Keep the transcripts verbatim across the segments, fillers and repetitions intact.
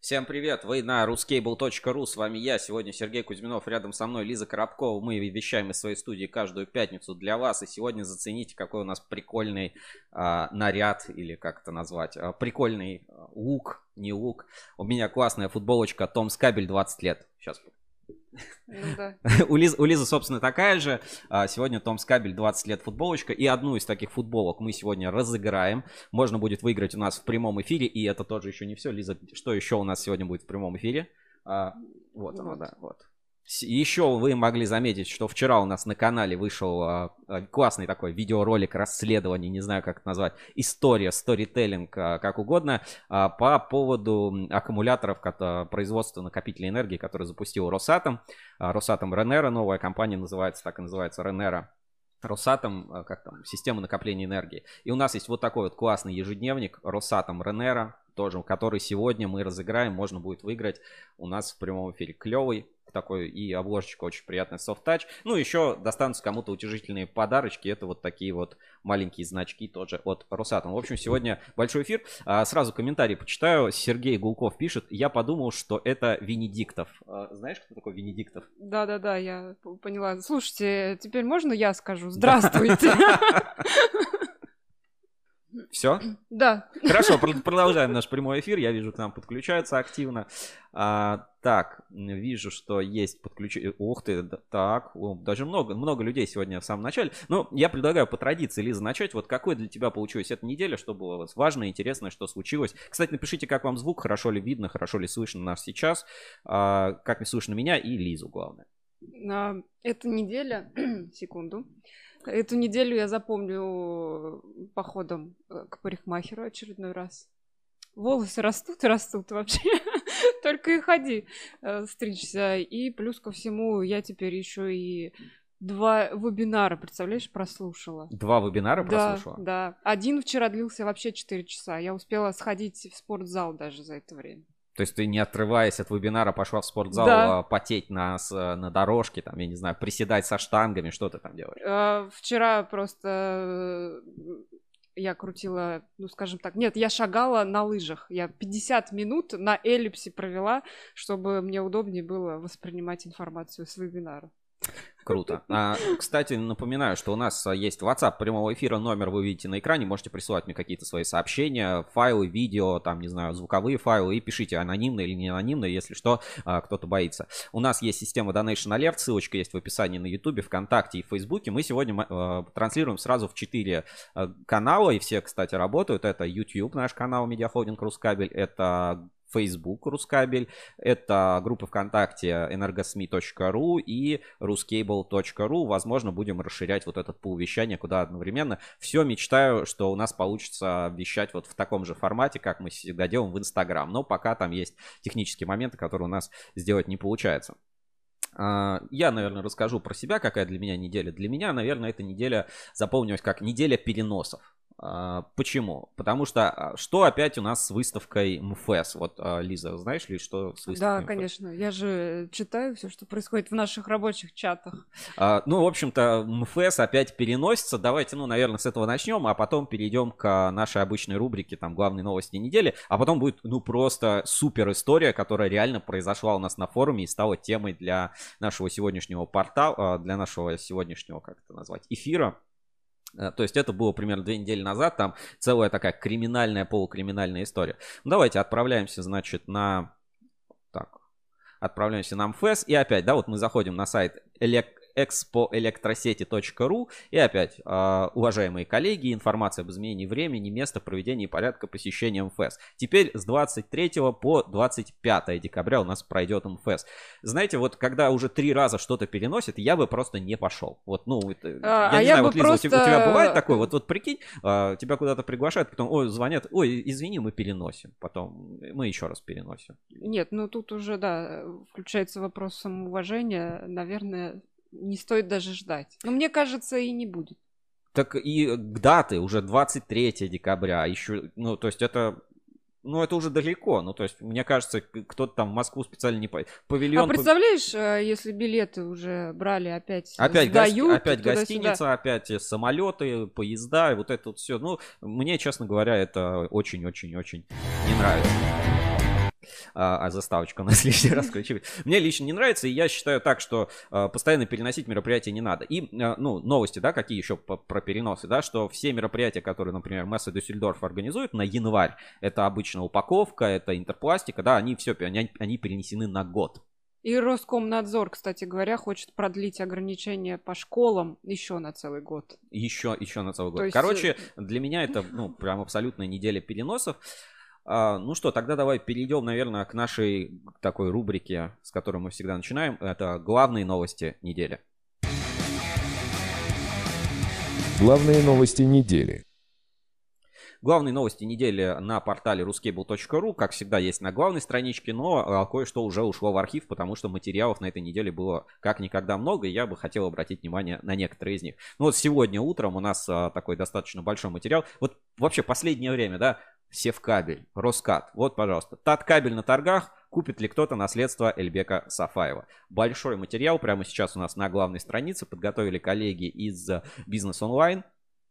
Всем привет, вы на ruskable точка ру, с вами я, сегодня Сергей Кузьминов, рядом со мной Лиза Коробкова. Мы вещаем из своей студии каждую пятницу для вас, и сегодня зацените, какой у нас прикольный а, наряд, или как это назвать, а, прикольный а, лук, не лук. У меня классная футболочка Том Скабель, двадцать лет, сейчас. Ну, да. у, Лиз, у Лизы, собственно, такая же. Сегодня Том Скабель, двадцать лет, футболочка. И одну из таких футболок мы сегодня разыграем. Можно будет выиграть у нас в прямом эфире. И это тоже еще не все. Лиза, что еще у нас сегодня будет в прямом эфире? А, вот оно, да, вот. Еще вы могли заметить, что вчера у нас на канале вышел а, классный такой видеоролик, расследование, не знаю, как это назвать, история, сторителлинг, а, как угодно, а, по поводу аккумуляторов а, производства накопителей энергии, который запустил Росатом. А, Росатом Ренера, новая компания называется, так и называется, Ренера. Росатом, как там, система накопления энергии. И у нас есть вот такой вот классный ежедневник Росатом Ренера, тоже, который сегодня мы разыграем, можно будет выиграть у нас в прямом эфире. Клевый такой, и обложечка очень приятная, soft touch. Ну, еще достанутся кому-то утяжительные подарочки. Это вот такие вот маленькие значки тоже от Росатом. В общем, сегодня большой эфир. А, сразу комментарий почитаю. Сергей Гулков пишет: я подумал, что это Венедиктов. А, знаешь, кто такой Венедиктов? Да-да-да, я поняла. Слушайте, теперь можно я скажу? Здравствуйте. Все? Да. Хорошо, продолжаем наш прямой эфир. Я вижу, к нам подключаются активно. А, так, вижу, что есть подключение. Ух ты, так, даже много, много людей сегодня в самом начале. Но я предлагаю по традиции, Лиза, начать. Вот какой для тебя получилась эта неделя, что было у вас важное, интересное, что случилось. Кстати, напишите, как вам звук, хорошо ли видно, хорошо ли слышно нас сейчас, а, как не слышно меня и Лизу, главное. Эта неделя, секунду. Эту неделю я запомню походом к парикмахеру очередной раз. Волосы растут и растут вообще. Только и ходи стричься. И плюс ко всему я теперь еще и два вебинара, представляешь, прослушала. Два вебинара прослушала? Да, да. Один вчера длился вообще четыре часа. Я успела сходить в спортзал даже за это время. То есть ты, не отрываясь от вебинара, пошла в спортзал, да, потеть на, на дорожке, там, я не знаю, приседать со штангами, что ты там делаешь? А, вчера просто я крутила, ну, скажем так, нет, я шагала на лыжах. Я пятьдесят минут на эллипсе провела, чтобы мне удобнее было воспринимать информацию с вебинара. Круто. А, кстати, напоминаю, что у нас есть WhatsApp прямого эфира, номер вы видите на экране, можете присылать мне какие-то свои сообщения, файлы, видео, там, не знаю, звуковые файлы, и пишите анонимно или не анонимно, если что, кто-то боится. У нас есть система Donation Alert, ссылочка есть в описании на YouTube, ВКонтакте и в Фейсбуке. Мы сегодня э, транслируем сразу в четыре э, канала, и все, кстати, работают. Это YouTube, наш канал Медиахолдинг Рускабель, это Facebook Рускабель, это группа ВКонтакте энергосми точка ру и ruskable точка ру. Возможно, будем расширять вот этот пул вещания куда одновременно. Все, мечтаю, что у нас получится вещать вот в таком же формате, как мы всегда делаем в Instagram. Но пока там есть технические моменты, которые у нас сделать не получается. Я, наверное, расскажу про себя, какая для меня неделя. Для меня, наверное, эта неделя запомнилась как неделя переносов. Почему? Потому что что опять у нас с выставкой МФЭС? Вот, Лиза, знаешь ли, что с выставкой Да, МФЭС? конечно. Я же читаю все, что происходит в наших рабочих чатах. А, ну, в общем-то, МФЭС опять переносится. Давайте, ну, наверное, с этого начнем, а потом перейдем к нашей обычной рубрике, там, главные новости недели. А потом будет, ну, просто супер история, которая реально произошла у нас на форуме и стала темой для нашего сегодняшнего портала, для нашего сегодняшнего, как это назвать, эфира. То есть это было примерно две недели назад, там целая такая криминальная, полукриминальная история. Ну, давайте отправляемся, значит, на... Так, отправляемся на МФЭС. И опять, да, вот мы заходим на сайт элек... экспоэлектросети точка ру. И опять, уважаемые коллеги, информация об изменении времени, места проведения и порядка посещения МФЭС. Теперь с двадцать третьего по двадцать пятое декабря у нас пройдет МФЭС. Знаете, вот когда уже три раза что-то переносят, я бы просто не пошел. Вот, ну, это, а, я а не я знаю, вот, Лиза, просто... у тебя бывает такое? Вот, вот прикинь, тебя куда-то приглашают, потом, ой, звонят, ой, извини, мы переносим. Потом мы еще раз переносим. Нет, ну тут уже, да, включается вопрос самоуважения, наверное... Не стоит даже ждать. Но мне кажется, и не будет. Так и даты уже двадцать третьего декабря. Еще, ну, то есть это... Ну, это уже далеко. Ну, то есть, мне кажется, кто-то там в Москву специально не поедет. Павильон... А представляешь, если билеты уже брали, опять Опять, сдают, гости... опять гостиница, опять самолеты, поезда, и вот это вот все. Ну, мне, честно говоря, это очень-очень-очень не нравится. А, а заставочка на следующий раз включить. Мне лично не нравится, и я считаю так, что а, постоянно переносить мероприятия не надо. И, а, ну, новости, да, какие еще по, про переносы, да, что все мероприятия, которые, например, Мессе Дюссельдорф организует на январь, это обычно упаковка, это интерпластика, да, они все, они, они перенесены на год. И Роскомнадзор, кстати говоря, хочет продлить ограничения по школам еще на целый год. Еще, еще на целый год. есть... Короче, для меня это, ну, прям абсолютная неделя переносов. А, ну что, тогда давай перейдем, наверное, к нашей такой рубрике, с которой мы всегда начинаем. Это главные новости недели. Главные новости недели. Главные новости недели на портале ruskable точка ру, как всегда, есть на главной страничке, но а, кое-что уже ушло в архив, потому что материалов на этой неделе было как никогда много, и я бы хотел обратить внимание на некоторые из них. Ну вот сегодня утром у нас а, такой достаточно большой материал. Вот вообще последнее время, да, Севкабель, Роскат, вот, пожалуйста, Таткабель на торгах, купит ли кто-то наследство Эльбека Сафаева. Большой материал прямо сейчас у нас на главной странице, подготовили коллеги из Бизнес Онлайн.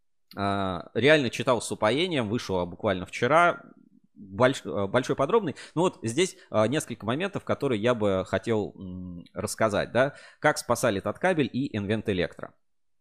Реально читал с упоением, вышел буквально вчера, больш, большой подробный. Ну вот здесь несколько моментов, которые я бы хотел рассказать, да, как спасали Таткабель и Инвент Электро.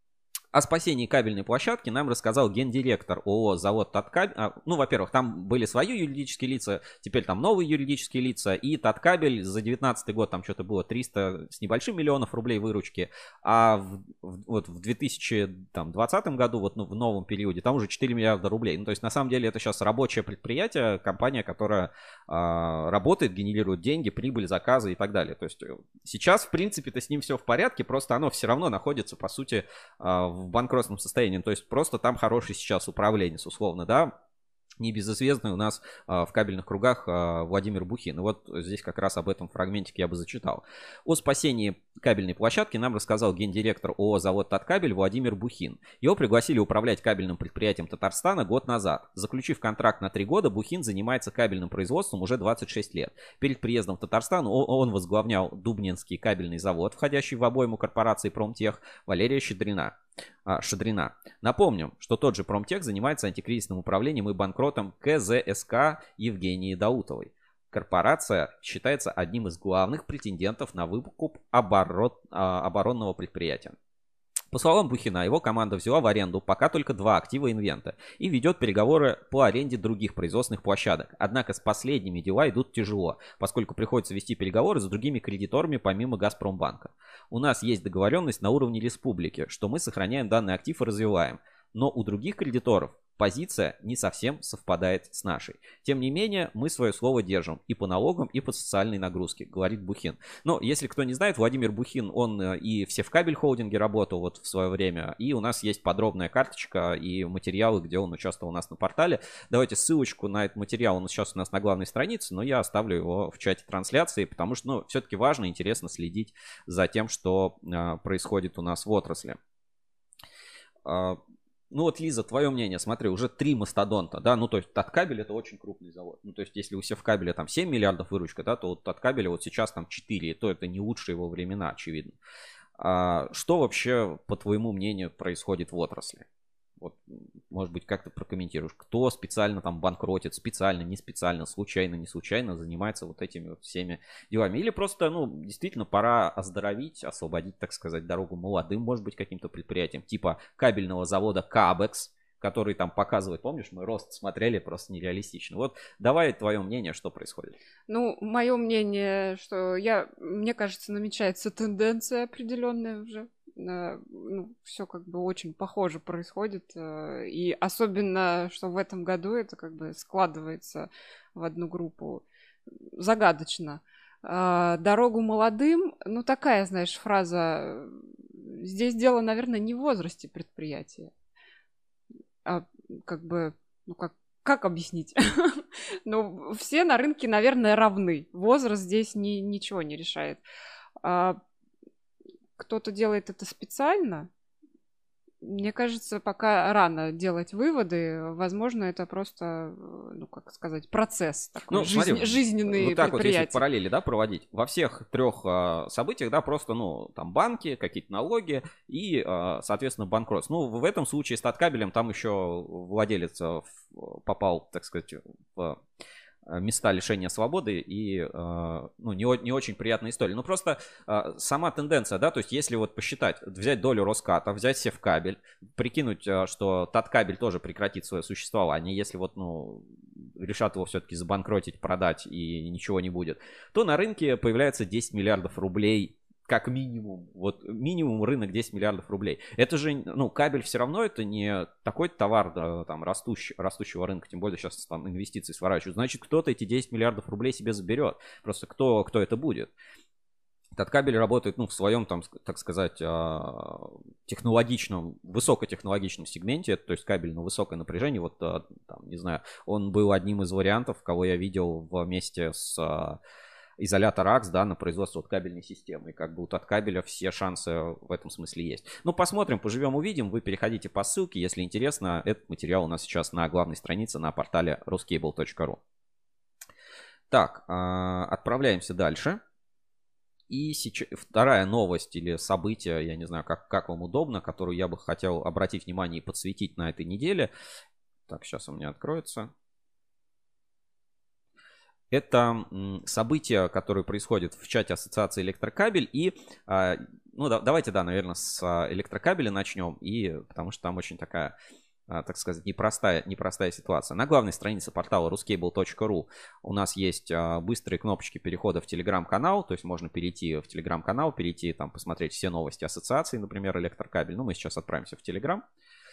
О спасении кабельной площадки нам рассказал гендиректор ООО «Завод Таткабель». Ну, во-первых, там были свои юридические лица, теперь там новые юридические лица. И Таткабель за девятнадцатый год там что-то было триста с небольшим миллионов рублей выручки. А в, в, вот в две тысячи двадцатом году, вот ну, в новом периоде, там уже четыре миллиарда рублей. Ну, то есть, на самом деле, это сейчас рабочее предприятие, компания, которая а, работает, генерирует деньги, прибыль, заказы и так далее. То есть, сейчас, в принципе-то, с ним все в порядке, просто оно все равно находится, по сути, в в банкротном состоянии, то есть просто там хороший сейчас управленец, условно, да, небезызвестный у нас а, в кабельных кругах а, Владимир Бухин. И вот здесь как раз об этом фрагментике я бы зачитал. О спасении кабельной площадки нам рассказал гендиректор ООО «Завод Таткабель» Владимир Бухин. Его пригласили управлять кабельным предприятием Татарстана год назад. Заключив контракт на три года, Бухин занимается кабельным производством уже двадцать шесть лет. Перед приездом в Татарстан он возглавлял Дубнинский кабельный завод, входящий в обойму корпорации «Промтех», Валерия Щедрина. Шадрина. Напомним, что тот же Промтех занимается антикризисным управлением и банкротом ка зэ эс ка Евгении Даутовой. Корпорация считается одним из главных претендентов на выкуп оборот, оборонного предприятия. По словам Бухина, его команда взяла в аренду пока только два актива Инвента и ведет переговоры по аренде других производственных площадок. Однако с последними дела идут тяжело, поскольку приходится вести переговоры с другими кредиторами помимо Газпромбанка. У нас есть договоренность на уровне республики, что мы сохраняем данный актив и развиваем. Но у других кредиторов позиция не совсем совпадает с нашей. Тем не менее, мы свое слово держим и по налогам, и по социальной нагрузке, говорит Бухин. Но если кто не знает, Владимир Бухин, он и в Севкабель холдинге работал вот в свое время, и у нас есть подробная карточка и материалы, где он участвовал у нас на портале. Давайте ссылочку на этот материал, он сейчас у нас на главной странице, но я оставлю его в чате трансляции, потому что, ну, все-таки важно и интересно следить за тем, что а, происходит у нас в отрасли. А, Ну вот, Лиза, твое мнение, смотри, уже три мастодонта, да, ну то есть Таткабель это очень крупный завод. Ну то есть если у Севкабеля там семь миллиардов выручка, да, то вот Таткабеля вот сейчас там четыре, то это не лучшие его времена, очевидно. А что вообще, по твоему мнению, происходит в отрасли? Вот, может быть, как ты прокомментируешь, кто специально там банкротит, специально, не специально, случайно, не случайно занимается вот этими вот всеми делами? Или просто, ну, действительно пора оздоровить, освободить, так сказать, дорогу молодым, может быть, каким-то предприятиям, типа кабельного завода Кабекс, который там показывает, помнишь, мы рост смотрели, просто нереалистично. Вот давай твое мнение, что происходит. Ну, мое мнение, что я, мне кажется, намечается тенденция определенная уже. Ну, все как бы очень похоже происходит. И особенно, что в этом году это как бы складывается в одну группу загадочно. Дорогу молодым, ну, такая, знаешь, фраза. Здесь дело, наверное, не в возрасте предприятия. А как бы, ну, как, как объяснить? Ну, все на рынке, наверное, равны. Возраст здесь ни, ничего не решает. Кто-то делает это специально. Мне кажется, пока рано делать выводы. Возможно, это просто, ну, как сказать, процесс такой, ну, жизнь, смотри, жизненный вот так предприятие. Вот если параллели, да, проводить. Во всех трех а, событиях, да, просто, ну, там банки, какие-то налоги и, а, соответственно, банкротство. Ну, в этом случае с Таткабелем там еще владелец попал, так сказать, в места лишения свободы и ну, не, не очень приятная история. Ну просто сама тенденция, да, то есть если вот посчитать, взять долю Роската, взять Севкабель, прикинуть, что Таткабель тоже прекратит свое существование, если вот, ну, решат его все-таки забанкротить, продать и ничего не будет, то на рынке появляется десять миллиардов рублей как минимум. Вот минимум рынок десять миллиардов рублей. Это же, ну, кабель все равно это не такой товар, да, там, растущий, растущего рынка, тем более сейчас там инвестиции сворачивают. Значит, кто-то эти десять миллиардов рублей себе заберет. Просто кто, кто это будет? Таткабель работает, ну, в своем, там, так сказать, технологичном, высокотехнологичном сегменте, то есть кабель на высокое напряжение. Вот, там, не знаю, он был одним из вариантов, кого я видел вместе с изолятор эй эй икс, да, на производство вот кабельной системы. И как бы у Таткабеля все шансы в этом смысле есть. Ну, посмотрим, поживем, увидим. Вы переходите по ссылке, если интересно. Этот материал у нас сейчас на главной странице на портале ruskable точка ру. Так, отправляемся дальше. И сейчас вторая новость или событие, я не знаю, как, как вам удобно, которую я бы хотел обратить внимание и подсветить на этой неделе. Так, сейчас у меня откроется. Это события, которые происходят в чате Ассоциации Электрокабель. И, ну, да, давайте, да, наверное, с Электрокабеля начнем. И, потому что там очень такая, так сказать, непростая, непростая ситуация. На главной странице портала ruskable точка ру у нас есть быстрые кнопочки перехода в Телеграм-канал. То есть можно перейти в Телеграм-канал, перейти, там, посмотреть все новости ассоциации, например, Электрокабель. Ну, мы сейчас отправимся в Телеграм.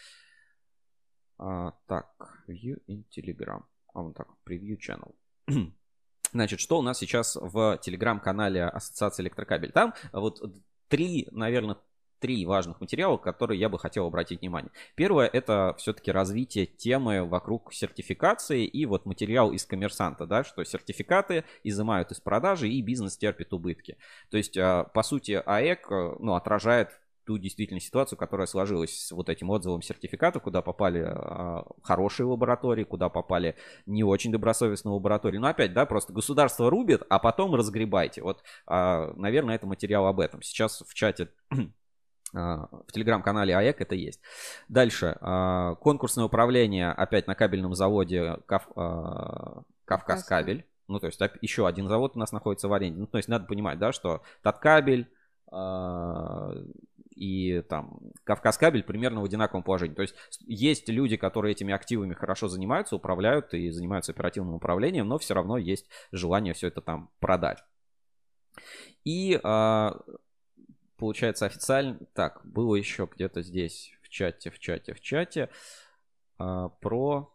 Так, View in Telegram. А, вот так, Preview Channel. Значит, что у нас сейчас в телеграм-канале Ассоциации Электрокабель? Там вот три, наверное, три важных материала, которые я бы хотел обратить внимание. Первое, это все-таки развитие темы вокруг сертификации и вот материал из Коммерсанта, да, что сертификаты изымают из продажи и бизнес терпит убытки. То есть, по сути, АЭК, ну, отражает ту действительно ситуацию, которая сложилась с вот этим отзывом сертификата, куда попали а, хорошие лаборатории, куда попали не очень добросовестные лаборатории. Но опять, да, просто государство рубит, а потом разгребайте. Вот, а, наверное, это материал об этом. Сейчас в чате, а, в телеграм-канале АЭК это есть. Дальше. А, конкурсное управление опять на кабельном заводе Кав, а, Кавказкабель. Ну, то есть еще один завод у нас находится в аренде. Ну, то есть надо понимать, да, что Таткабель, а, и там Кавказкабель примерно в одинаковом положении. То есть есть люди, которые этими активами хорошо занимаются, управляют и занимаются оперативным управлением, но все равно есть желание все это там продать. И получается официально... Так, было еще где-то здесь в чате, в чате, в чате про...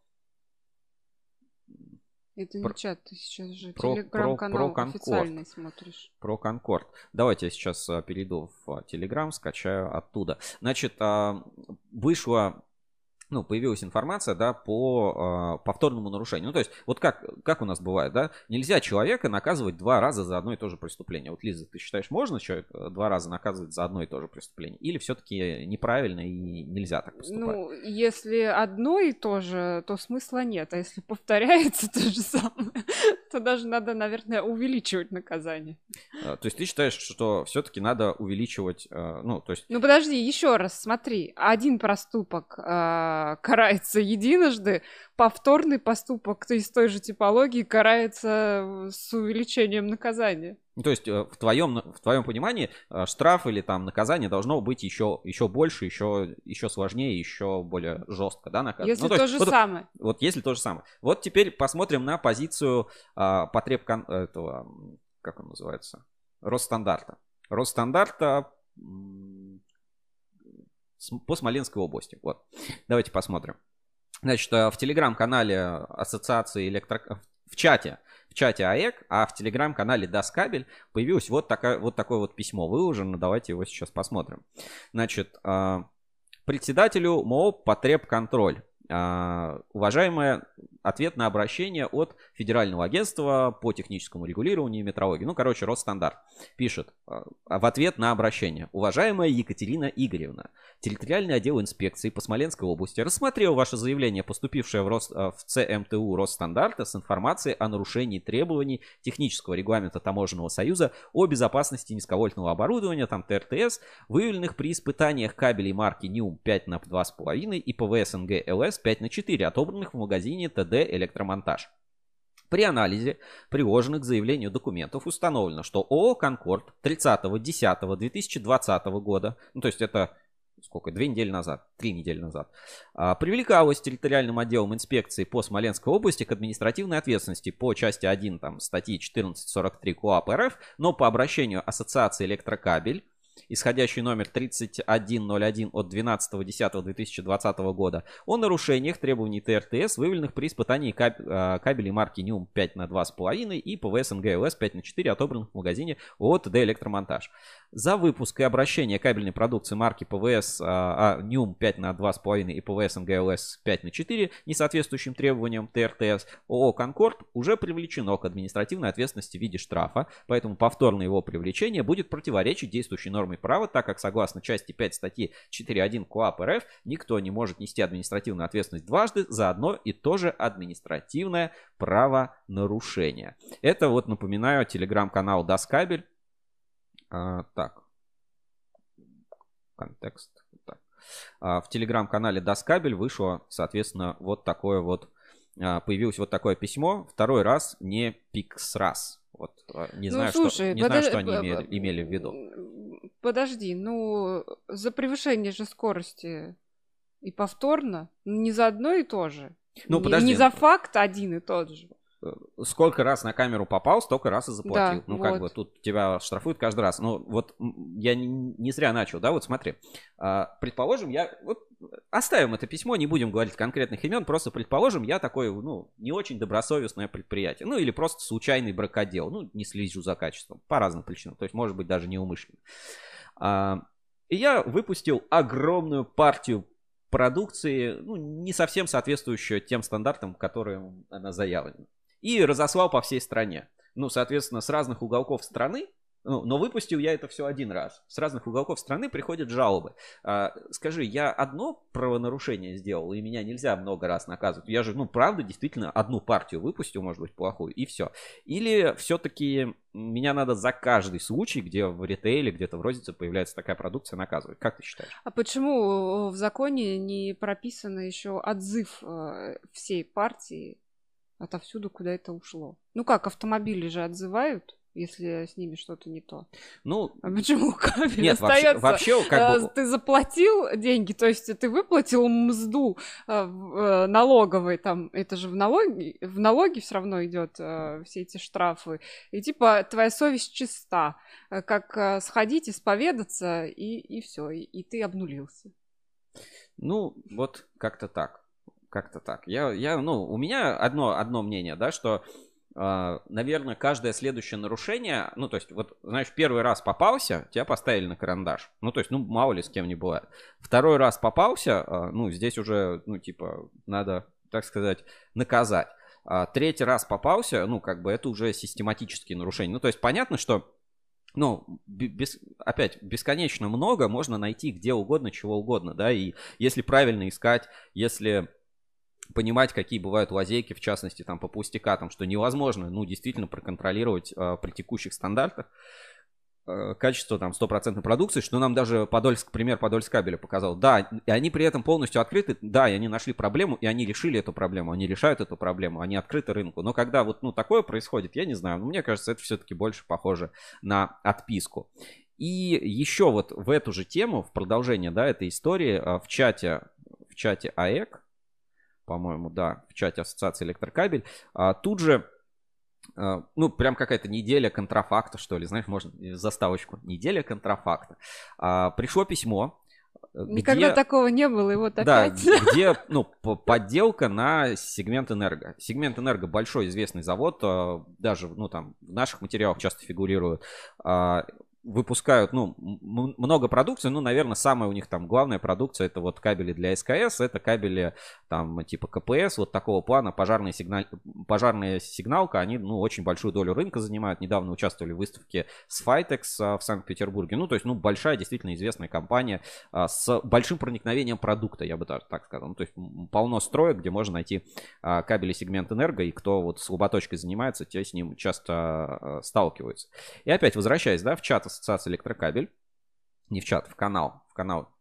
Это не про, чат, ты сейчас же про, телеграм-канал про, про официальный смотришь. Про Конкорд. Давайте я сейчас перейду в Телеграм, скачаю оттуда. Значит, вышло... Ну, появилась информация, да, по э, повторному нарушению. Ну, то есть, вот как, как у нас бывает, да, нельзя человека наказывать два раза за одно и то же преступление. Вот, Лиза, ты считаешь, можно человека два раза наказывать за одно и то же преступление? Или все-таки неправильно и нельзя так поступать? Ну, если одно и то же, то смысла нет. А если повторяется то же самое, то даже надо, наверное, увеличивать наказание. То есть, ты считаешь, что все-таки надо увеличивать, э, ну, то есть... Ну, подожди, еще раз, смотри. Один проступок... Э, карается единожды, повторный поступок из той же типологии карается с увеличением наказания. То есть в твоем, в твоем понимании штраф или там наказание должно быть еще, еще больше, еще, еще сложнее, еще более жестко, да, наказание? Если ну, то, то есть, же вот, самое. Вот если то же самое. Вот теперь посмотрим на позицию а, потреб кон, этого, как он называется, Росстандарта. Росстандарта по Смоленской области. Вот. Давайте посмотрим. Значит, в телеграм-канале Ассоциации Электро... В чате, в чате АЭК, а в телеграм-канале Даскабель появилось вот, такая, вот такое вот письмо. Выложено. Давайте его сейчас посмотрим. Значит, председателю МОО «Потребконтроль». Уважаемое, ответ на обращение от Федерального агентства по техническому регулированию и метрологии. Ну, короче, Росстандарт пишет в ответ на обращение. Уважаемая Екатерина Игоревна, территориальный отдел инспекции по Смоленской области рассмотрел ваше заявление, поступившее в, Рос, в ЦМТУ Росстандарта с информацией о нарушении требований технического регламента Таможенного союза о безопасности низковольтного оборудования, там ТРТС, выявленных при испытаниях кабелей марки НИУМ пять на два с половиной и ПВС НГ ЛС пять на четыре, отобранных в магазине ТД «Электромонтаж». При анализе приложенных к заявлению документов установлено, что ООО «Конкорд» тридцатого десятого две тысячи двадцатого года, ну то есть это сколько, две недели назад, три недели назад, привлекалась территориальным отделом инспекции по Смоленской области к административной ответственности по части один там, статьи четырнадцать сорок три КоАП РФ, но по обращению Ассоциации «Электрокабель», исходящий номер тридцать один ноль один от двенадцатого десятого две тысячи двадцатого года, о нарушениях требований ТРТС, выявленных при испытании каб- кабелей марки НЮМ пять на два с половиной и ПВС НГЛС пять на четыре, отобранных в магазине ООО ТД «Электромонтаж». За выпуск и обращение кабельной продукции марки ПВС а, а, НЮМ пять на два с половиной и ПВС НГЛС пять на четыре, не соответствующим требованиям ТРТС, ООО «Конкорд» уже привлечено к административной ответственности в виде штрафа, поэтому повторное его привлечение будет противоречить действующей норме права, так как согласно части пять статьи четыре точка один КоАП РФ никто не может нести административную ответственность дважды за одно и то же административное правонарушение. Это вот, напоминаю, телеграм-канал Даскабель. А, так. Контекст. Так. А, в телеграм-канале Даскабель вышло, соответственно, вот такое вот, а, появилось вот такое письмо. Второй раз не Пиксрас. Вот, не Ну, знаю, слушай, что, не подож- знаю, что они п- имели, п- имели в виду. Подожди, ну, за превышение же скорости и повторно, не за одно и то же. Ну, не, подожди. не за факт один и тот же. Сколько раз на камеру попал, столько раз и заплатил. Да, ну, вот. как бы тут тебя штрафуют каждый раз. Ну, вот м, я не, не зря начал, да, вот смотри. А, предположим, я... Вот, оставим это письмо, не будем говорить конкретных имен, просто предположим, я такое, ну, не очень добросовестное предприятие. Ну, или просто случайный бракодел. Ну, не слежу за качеством. По разным причинам. То есть, может быть, даже неумышленно. А, и я выпустил огромную партию продукции, ну, не совсем соответствующую тем стандартам, которые она заявлена. И разослал по всей стране. Ну, соответственно, с разных уголков страны, ну, но выпустил я это все один раз. С разных уголков страны приходят жалобы. А, скажи, я одно правонарушение сделал, и меня нельзя много раз наказывать? Я же, ну, правда, действительно одну партию выпустил, может быть, плохую, и все. Или все-таки меня надо за каждый случай, где в ритейле, где-то в рознице появляется такая продукция, наказывать? Как ты считаешь? А почему в законе не прописано еще отзыв э, всей партии отовсюду, куда это ушло? Ну как, автомобили же отзывают, если с ними что-то не то. Ну, А почему кабель нет, вообще, остается? вообще как бы... Ты заплатил деньги, то есть ты выплатил мзду э, в, э, налоговой, там, это же в налоги, в налоги все равно идет э, все эти штрафы. И типа твоя совесть чиста, э, как э, сходить, исповедаться, и, и все, и, и ты обнулился. Ну, вот как-то так. Как-то так. Я, я, ну, у меня одно, одно мнение, да, что, э, наверное, каждое следующее нарушение, ну, то есть, вот, знаешь, первый раз попался, тебя поставили на карандаш. Ну, то есть, ну, мало ли с кем не бывает. Второй раз попался, э, ну, здесь уже, ну, типа, надо, так сказать, наказать. А третий раз попался, ну, как бы, это уже систематические нарушения. Ну, то есть, понятно, что ну, без, опять, бесконечно много, можно найти где угодно, чего угодно, да, и если правильно искать, если понимать, какие бывают лазейки, в частности, там, по пустякам, что невозможно, ну, действительно проконтролировать э, при текущих стандартах э, качество, там, стопроцентной продукции, что нам даже Подольск, пример Подольскабеля показал. Да, и они при этом полностью открыты, да, и они нашли проблему, и они решили эту проблему, они решают эту проблему, они открыты рынку. Но когда вот, ну, такое происходит, я не знаю, но мне кажется, это все-таки больше похоже на отписку. И еще вот в эту же тему, в продолжение, да, этой истории, э, в чате, в чате АЭК, по-моему, да, в чате Ассоциации Электрокабель, а, тут же, а, ну, прям какая-то неделя контрафакта, что ли, знаешь, можно заставочку, неделя контрафакта. А, пришло письмо, Никогда где, такого не было, и вот да, опять. где, ну, подделка на Сегмент Энерго. Сегмент Энерго большой известный завод, а, даже, ну, там, в наших материалах часто фигурирует. А, выпускают, ну, м- много продукции, ну, наверное, самая у них там главная продукция, это вот кабели для СКС, это кабели там типа КПС, вот такого плана, пожарная, сигналь... пожарная сигналка, они, ну, очень большую долю рынка занимают, недавно участвовали в выставке Sfitex а, в Санкт-Петербурге, ну, то есть, ну, большая, действительно известная компания а, с большим проникновением продукта, я бы даже так сказал, ну, то есть, полно строек, где можно найти а, кабели Сегмент Энерго, и кто вот слаботочкой занимается, те с ним часто а, сталкиваются. И опять, возвращаясь, да, в чат Ассоциации Электрокабель, не в чат, в канал, в канал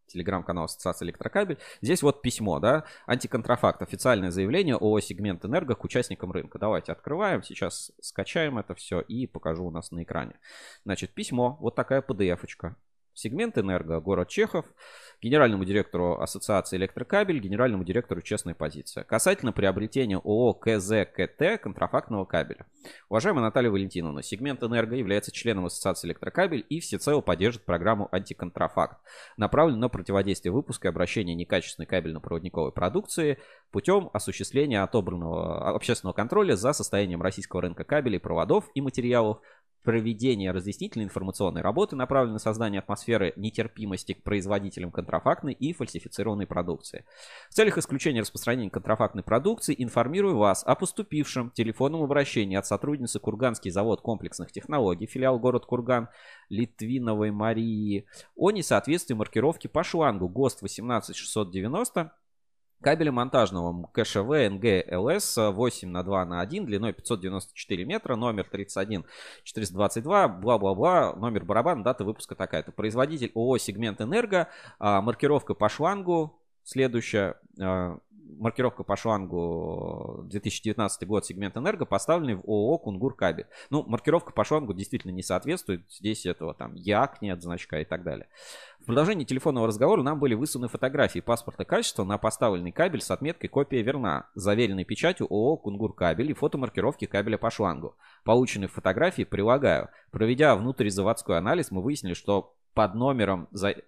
телеграм-канал Ассоциации Электрокабель. Здесь вот письмо, да, антиконтрафакт, официальное заявление ООО «Сегмент Энерго» к участникам рынка. Давайте открываем, сейчас скачаем это все и покажу у нас на экране. Значит, письмо, вот такая пи ди эф-очка. Сегмент Энерго, город Чехов, генеральному директору Ассоциации Электрокабель, генеральному директору «Честная позиция». Касательно приобретения ООО КЗКТ контрафактного кабеля. Уважаемая Наталья Валентиновна, Сегмент Энерго является членом Ассоциации Электрокабель и всецело поддержит программу «Антиконтрафакт», направленную на противодействие выпуска и обращения некачественной кабельно-проводниковой продукции путем осуществления отобранного общественного контроля за состоянием российского рынка кабелей, проводов и материалов, проведение разъяснительной информационной работы, направленной на создание атмосферы нетерпимости к производителям контрафактной и фальсифицированной продукции. В целях исключения распространения контрафактной продукции информирую вас о поступившем телефонном обращении от сотрудницы Курганский завод комплексных технологий, филиал город Курган, Литвиновой Марии, о несоответствии маркировки по шлангу ГОСТ восемнадцать шестьсот девяносто кабеля монтажного КШВ НГ ЛС восемь на два на один длиной пятьсот девяносто четыре метра, номер тридцать один четыреста двадцать два, бла-бла-бла, номер барабана, дата выпуска такая-то. Производитель ООО «Сегмент Энерго», а, маркировка по шлангу, следующая, а, маркировка по шлангу две тысячи девятнадцатый год «Сегмент Энерго», поставленный в ООО «Кунгур Кабель». Ну, маркировка по шлангу действительно не соответствует, здесь этого там ЯК нет, значка и так далее. В продолжении телефонного разговора нам были высланы фотографии паспорта качества на поставленный кабель с отметкой «Копия верна», заверенной печатью ООО «Кунгур Кабель» и фотомаркировки кабеля по шлангу. Полученные фотографии прилагаю. Проведя внутризаводской анализ, мы выяснили, что под номером,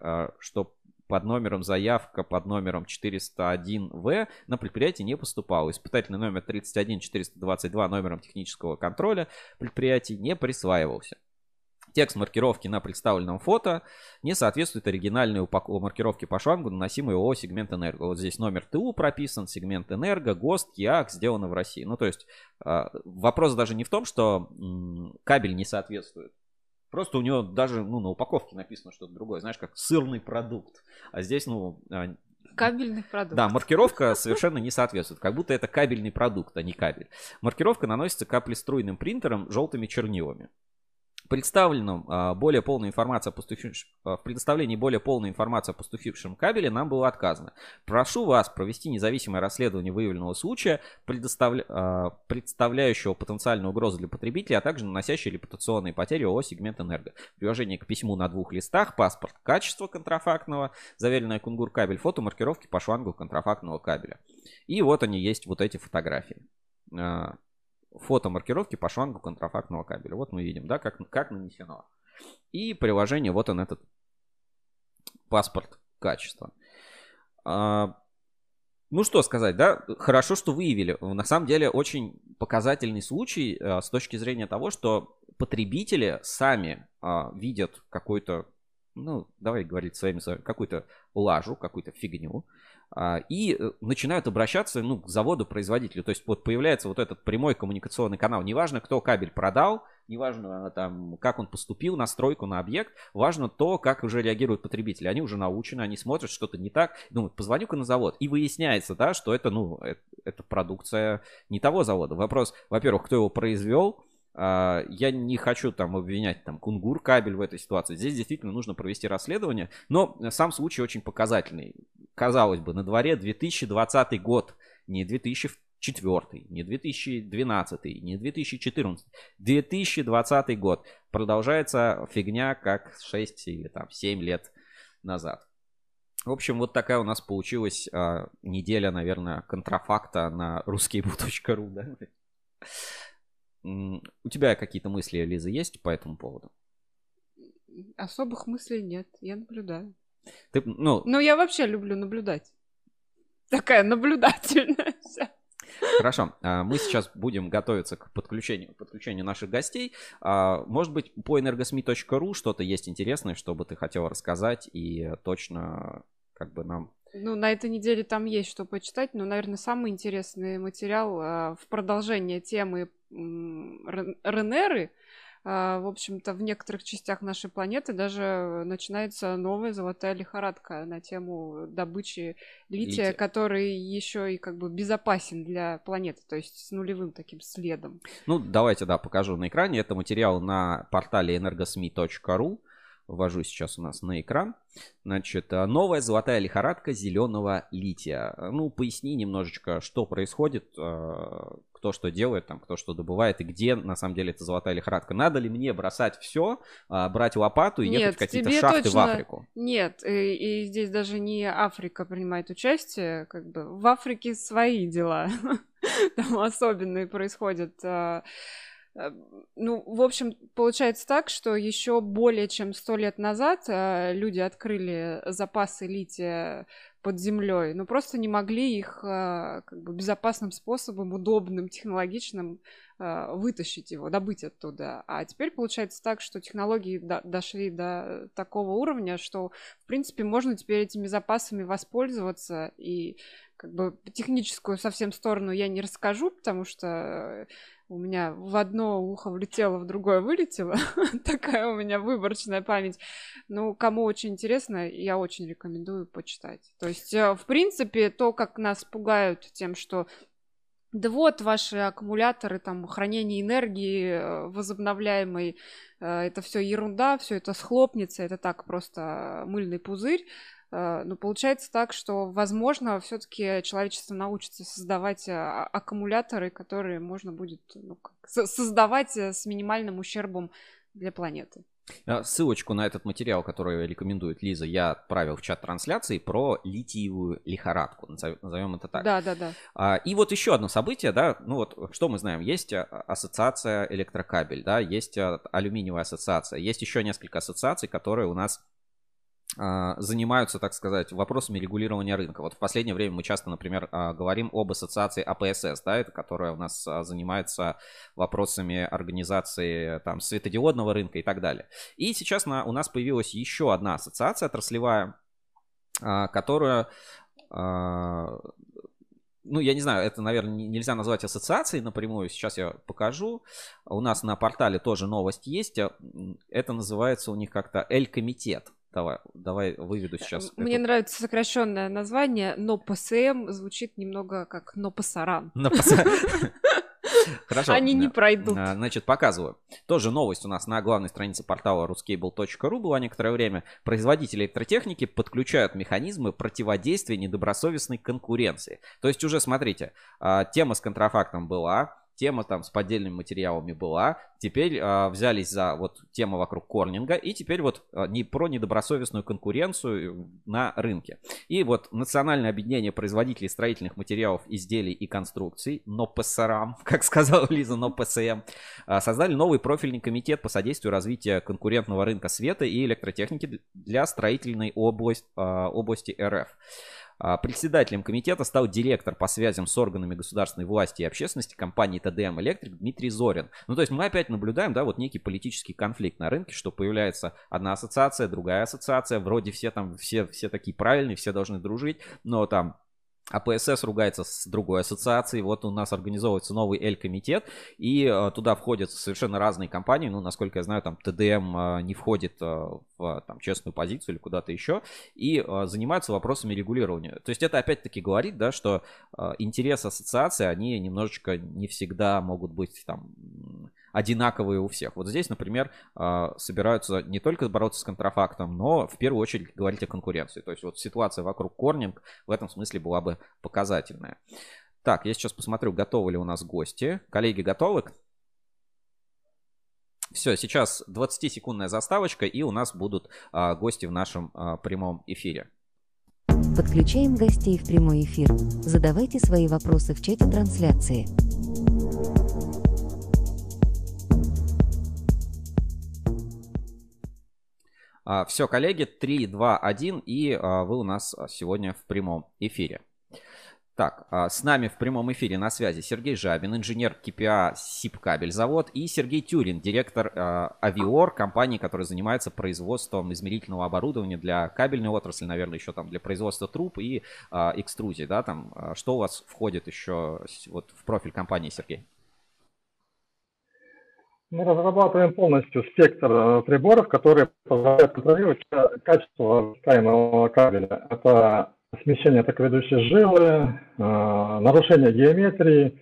что под номером заявка под номером четыреста один вэ на предприятие не поступало. Испытательный номер тридцать один четыреста двадцать два номером технического контроля предприятий не присваивался. Текст маркировки на представленном фото не соответствует оригинальной упаковке маркировки по шлангу, наносимой ООО «Сегмент Энерго». Вот здесь номер ТУ прописан, «Сегмент Энерго», ГОСТ, ЯК, сделано в России. Ну, то есть вопрос даже не в том, что кабель не соответствует. Просто у него даже ну, на упаковке написано что-то другое. Знаешь, как сырный продукт. А здесь, ну... Кабельный продукт. Да, маркировка совершенно не соответствует. Как будто это кабельный продукт, а не кабель. Маркировка наносится каплеструйным принтером желтыми чернилами. Представленном, а, более полной информации о поступившем, в предоставлении более полной информации о поступившем кабеле нам было отказано. Прошу вас провести независимое расследование выявленного случая, предоставля... а, представляющего потенциальную угрозу для потребителей, а также наносящего репутационные потери ООО «Сегмент Энерго». Приложение к письму на двух листах, паспорт качества контрафактного, заверенная Кунгур Кабель, фото маркировки по шлангу контрафактного кабеля. И вот они есть, вот эти фотографии. Фото маркировки по шлангу контрафактного кабеля. Вот мы видим, да, как, как нанесено. И приложение, вот он этот паспорт качества. А, ну что сказать, да, хорошо, что выявили. На самом деле очень показательный случай а, с точки зрения того, что потребители сами а, видят какой-то, ну, давай говорить своими словами, какую-то лажу, какую-то фигню. И начинают обращаться ну, к заводу-производителю. То есть вот появляется вот этот прямой коммуникационный канал. Неважно, кто кабель продал, неважно, там, как он поступил на стройку, на объект. Важно то, как уже реагируют потребители. Они уже научены, они смотрят, что-то не так. Думают, позвоню-ка на завод. И выясняется, да, что это, ну, это, это продукция не того завода. Вопрос, во-первых, кто его произвел. Я не хочу там обвинять там Кунгур Кабель в этой ситуации. Здесь действительно нужно провести расследование. Но сам случай очень показательный. Казалось бы, на дворе две тысячи двадцатый год, не две тысячи четвёртый, не две тысячи двенадцатый, не две тысячи четырнадцатый, две тысячи двадцатый год. Продолжается фигня, как шесть или там семь лет назад. В общем, вот такая у нас получилась а, неделя, наверное, контрафакта на ruskeibu точка ру, да? У тебя какие-то мысли, Лиза, есть по этому поводу? Особых мыслей нет, я наблюдаю. Ты, ну... ну, я вообще люблю наблюдать. Такая наблюдательная вся. Хорошо, мы сейчас будем готовиться к подключению, подключению наших гостей. Может быть, по энергосми точка ру что-то есть интересное, что бы ты хотела рассказать и точно как бы нам... Ну, на этой неделе там есть что почитать, но, наверное, самый интересный материал э, в продолжение темы э, РНРы. Э, в общем-то, в некоторых частях нашей планеты даже начинается новая золотая лихорадка на тему добычи лития, Лития. который еще и как бы безопасен для планеты, то есть с нулевым таким следом. Ну, давайте, да, покажу на экране. Это материал на портале энергосми точка ру. ввожу сейчас у нас на экран. Значит, новая золотая лихорадка зеленого лития. Ну, поясни немножечко, что происходит, кто что делает, там, кто что добывает и где на самом деле эта золотая лихорадка. Надо ли мне бросать все, брать лопату и Нет, ехать в какие-то тебе шахты точно... в Африку? Нет, и, и здесь даже не Африка принимает участие, как бы в Африке свои дела, там особенные происходят. Ну, в общем, получается так, что еще более чем сто лет назад люди открыли запасы лития под землей, но просто не могли их как бы безопасным способом, удобным, технологичным вытащить его, добыть оттуда. А теперь получается так, что технологии до- дошли до такого уровня, что, в принципе, можно теперь этими запасами воспользоваться. И как бы техническую совсем сторону я не расскажу, потому что у меня в одно ухо влетело, в другое вылетело. Такая у меня выборочная память. Ну, кому очень интересно, я очень рекомендую почитать. То есть, в принципе, то, как нас пугают тем, что да вот ваши аккумуляторы, там, хранение энергии возобновляемой, это все ерунда, все это схлопнется, это так просто мыльный пузырь. Но получается так, что, возможно, все-таки человечество научится создавать аккумуляторы, которые можно будет ну, как, создавать с минимальным ущербом для планеты. Ссылочку на этот материал, который рекомендует Лиза, я отправил в чат трансляции про литиевую лихорадку, назовем это так. Да, да, да. И вот еще одно событие, да, ну вот что мы знаем, есть ассоциация электрокабель, да, есть алюминиевая ассоциация, есть еще несколько ассоциаций, которые у нас занимаются, так сказать, вопросами регулирования рынка. Вот в последнее время мы часто, например, говорим об ассоциации А Пэ Эс Эс, да, это которая у нас занимается вопросами организации там светодиодного рынка и так далее. И сейчас на, у нас появилась еще одна ассоциация отраслевая, которая, ну, я не знаю, это, наверное, нельзя назвать ассоциацией напрямую, сейчас я покажу. У нас на портале тоже новость есть, это называется у них как-то Эль-комитет. Давай, давай выведу сейчас. Мне эту... нравится сокращенное название, но Пэ Эс Эм звучит немного как Нопасаран. Хорошо. Они не пройдут. Значит, показываю. Тоже новость у нас на главной странице портала ruskable точка ру была некоторое время. Производители электротехники подключают механизмы противодействия недобросовестной конкуренции. То есть уже, смотрите, тема с контрафактом была. Тема там с поддельными материалами была. Теперь а, взялись за вот тему вокруг корнинга. И теперь вот а, не про недобросовестную конкуренцию на рынке. И вот Национальное объединение производителей строительных материалов, изделий и конструкций, НОПСРАМ, как сказала Лиза, НОПСМ, а, создали новый профильный комитет по содействию развития конкурентного рынка света и электротехники для строительной область, а, области Эр Эф. Председателем комитета стал директор по связям с органами государственной власти и общественности компании Тэ Дэ Эм Электрик Дмитрий Зорин. Ну, то есть мы опять наблюдаем, да, вот некий политический конфликт на рынке, что появляется одна ассоциация, другая ассоциация, вроде все там, все, все такие правильные, все должны дружить, но там А Пэ Эс Эс ругается с другой ассоциацией. Вот у нас организовывается новый Эль-комитет, и а, туда входят совершенно разные компании. Ну, насколько я знаю, там Тэ Дэ Эм а, не входит а, в там, честную позицию или куда-то еще, и а, занимаются вопросами регулирования. То есть это опять-таки говорит, да, что а, интересы ассоциации, они немножечко не всегда могут быть там одинаковые у всех. Вот здесь, например, собираются не только бороться с контрафактом, но в первую очередь говорить о конкуренции. То есть вот ситуация вокруг Корнинг в этом смысле была бы показательная. Так, я сейчас посмотрю, готовы ли у нас гости. Коллеги, готовы? Все, сейчас двадцатисекундная заставочка, и у нас будут а, гости в нашем а, прямом эфире. Подключаем гостей в прямой эфир. Задавайте свои вопросы в чате трансляции. А, все, коллеги, три, два, один, и а, вы у нас сегодня в прямом эфире. Так, с нами в прямом эфире на связи Сергей Жабин, инженер Ка Пэ А Сибкабельзавод, и Сергей Тюрин, директор э, Авиор, компании, которая занимается производством измерительного оборудования для кабельной отрасли, наверное, еще там для производства труб и э, экструзии, да, там, что у вас входит еще вот в профиль компании, Сергей? Мы разрабатываем полностью спектр приборов, которые позволяют контролировать качество выпускаемого кабеля. Это смещение токоведущей жилы, нарушение геометрии,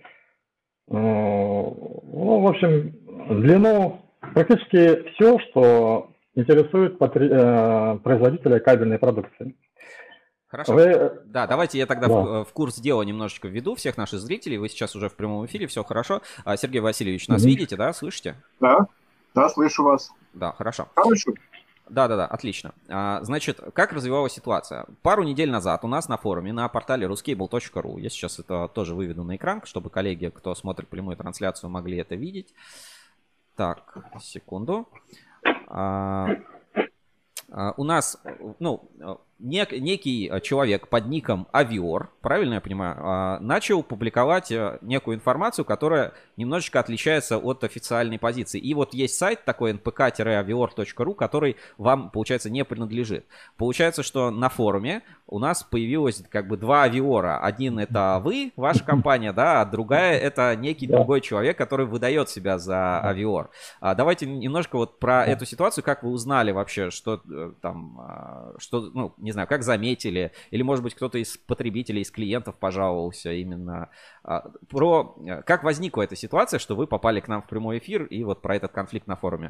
ну, в общем, длину, практически все, что интересует потр- э, производителя кабельной продукции. Хорошо. Вы... Да, давайте я тогда Да. в, в курс дела немножечко введу всех наших зрителей. Вы сейчас уже в прямом эфире, все хорошо. А, Сергей Васильевич, нас Мгм. видите, да, слышите? Да, да, слышу вас. Да, хорошо. Хорошо. Да-да-да, отлично. А, значит, как развивалась ситуация? Пару недель назад у нас на форуме, на портале ruskable точка ру, я сейчас это тоже выведу на экран, чтобы коллеги, кто смотрит прямую трансляцию, могли это видеть. Так, секунду. А, а, у нас, ну, нек, некий человек под ником Avior, правильно я понимаю, а, начал публиковать некую информацию, которая немножечко отличается от официальной позиции. И вот есть сайт такой эн пэ ка авиор точка ру, который вам, получается, не принадлежит. Получается, что на форуме у нас появилось как бы два авиора. Один это вы, ваша компания, да, а другая это некий Да. другой человек, который выдает себя за авиор. А давайте немножко вот про эту ситуацию, как вы узнали вообще, что э, там, а, что, ну, не знаю, как заметили, или, может быть, кто-то из потребителей, из клиентов пожаловался именно. А, про э, как возникла эта ситуация, что вы попали к нам в прямой эфир, и вот про этот конфликт на форуме.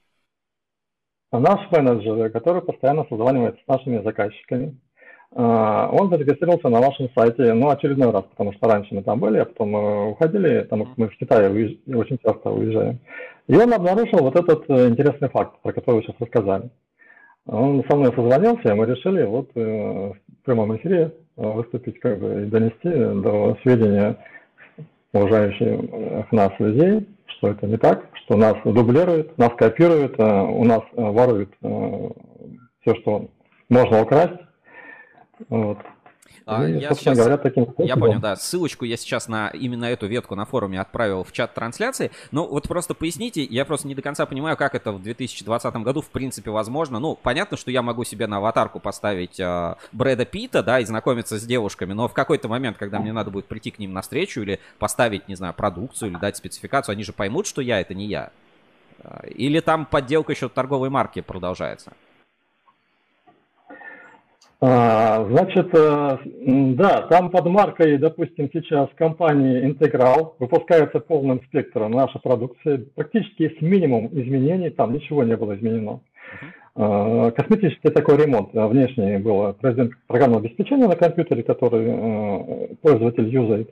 Наш менеджер, который постоянно созванивается с нашими заказчиками, а, он зарегистрировался на вашем сайте, ну, очередной раз, потому что раньше мы там были, а потом э, уходили, потому что мы в Китае уезж- очень часто уезжаем. И он обнаружил вот этот э, интересный факт, про который вы сейчас рассказали. Он со мной созвонился, и мы решили вот э, в прямом эфире э, выступить, как бы, и донести до сведения уважающих нас людей, что это не так, что нас дублируют, нас копируют, э, у нас э, воруют э, все, что можно украсть. Вот. А, И, я собственно сейчас- говоря, таким Я способом. понял, да. Ссылочку я сейчас на именно эту ветку на форуме отправил в чат трансляции. Но вот просто поясните, я просто не до конца понимаю, как это в две тысячи двадцатом году в принципе возможно. Ну, понятно, что я могу себе на аватарку поставить э, Брэда Питта, да, и знакомиться с девушками, но в какой-то момент, когда мне надо будет прийти к ним навстречу или поставить, не знаю, продукцию или дать спецификацию, они же поймут, что я это не я. Э, Или там подделка еще торговой марки продолжается. А, Значит, э, м, да, там под маркой, допустим, сейчас компании Интеграл выпускается полным спектром наша продукция, практически с минимум изменений, там ничего не было изменено. А, Косметический такой ремонт а, внешний был произведен программное обеспечение на компьютере, который э, пользователь юзает.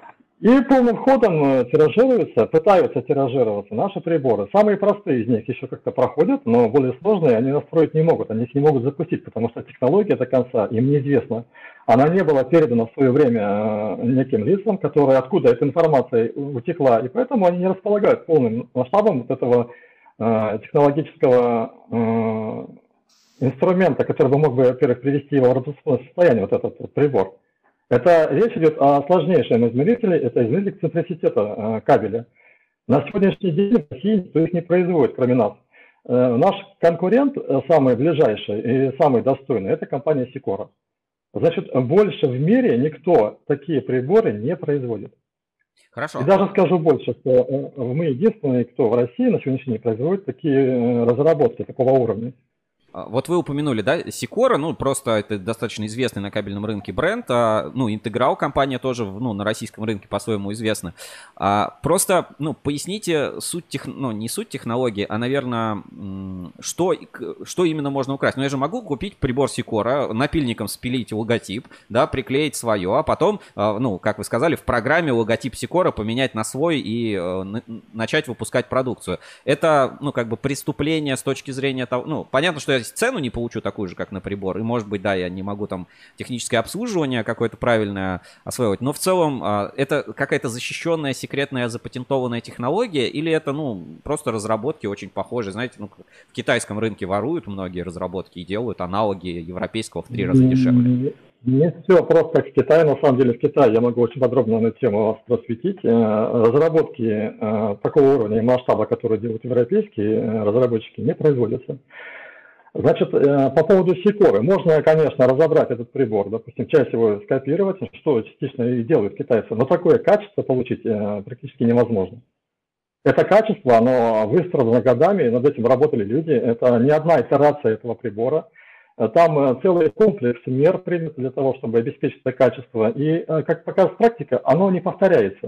И полным ходом э, тиражируются, пытаются тиражироваться наши приборы. Самые простые из них еще как-то проходят, но более сложные они настроить не могут, они их не могут запустить, потому что технология до конца им неизвестна. Она не была передана в свое время э, неким лицам, которые откуда эта информация утекла, и поэтому они не располагают полным масштабом вот этого э, технологического э, инструмента, который бы мог бы, во-первых, привести его в работоспособное состояние, вот этот вот прибор. Это речь идет о сложнейшем измерителе, это измеритель центриситета э, кабеля. На сегодняшний день в России никто их не производит, кроме нас. Э, наш конкурент, э, самый ближайший и самый достойный, это компания Сикора. Значит, больше в мире никто такие приборы не производит. Хорошо. И даже скажу больше, что э, мы единственные, кто в России на сегодняшний день производит такие э, разработки такого уровня. А, Вот вы упомянули, да, Сикора, ну, просто это достаточно известный на кабельном рынке бренд, а, ну, Интеграл компания тоже, ну, на российском рынке по-своему известна. А, просто, ну, поясните суть, тех, ну, не суть технологии, а, наверное, м, что, к- что именно можно украсть. Ну, я же могу купить прибор Сикора, напильником спилить логотип, да, приклеить свое, а потом, а, ну, как вы сказали, в программе логотип Сикора поменять на свой и э, на- начать выпускать продукцию. Это, ну, как бы преступление с точки зрения того, ну, понятно, что я цену не получу такую же, как на прибор, и, может быть, да, я не могу там техническое обслуживание какое-то правильное осваивать, но в целом а, это какая-то защищенная, секретная, запатентованная технология, или это, ну, просто разработки очень похожие, знаете, ну, в китайском рынке воруют многие разработки и делают аналоги европейского в три раза дешевле. Не, не все просто как в Китае. На самом деле в Китае я могу очень подробно на эту тему вас просветить. Э, Разработки э, такого уровня и масштаба, которые делают европейские э, разработчики, не производятся. Значит, э, по поводу Сикоры. Можно, конечно, разобрать этот прибор, допустим, часть его скопировать, что частично и делают китайцы, но такое качество получить э, практически невозможно. Это качество, оно выстроено годами, над этим работали люди. Это не одна итерация этого прибора. Э, Там э, целый комплекс мер принят для того, чтобы обеспечить это качество. И, э, как показывает практика, оно не повторяется.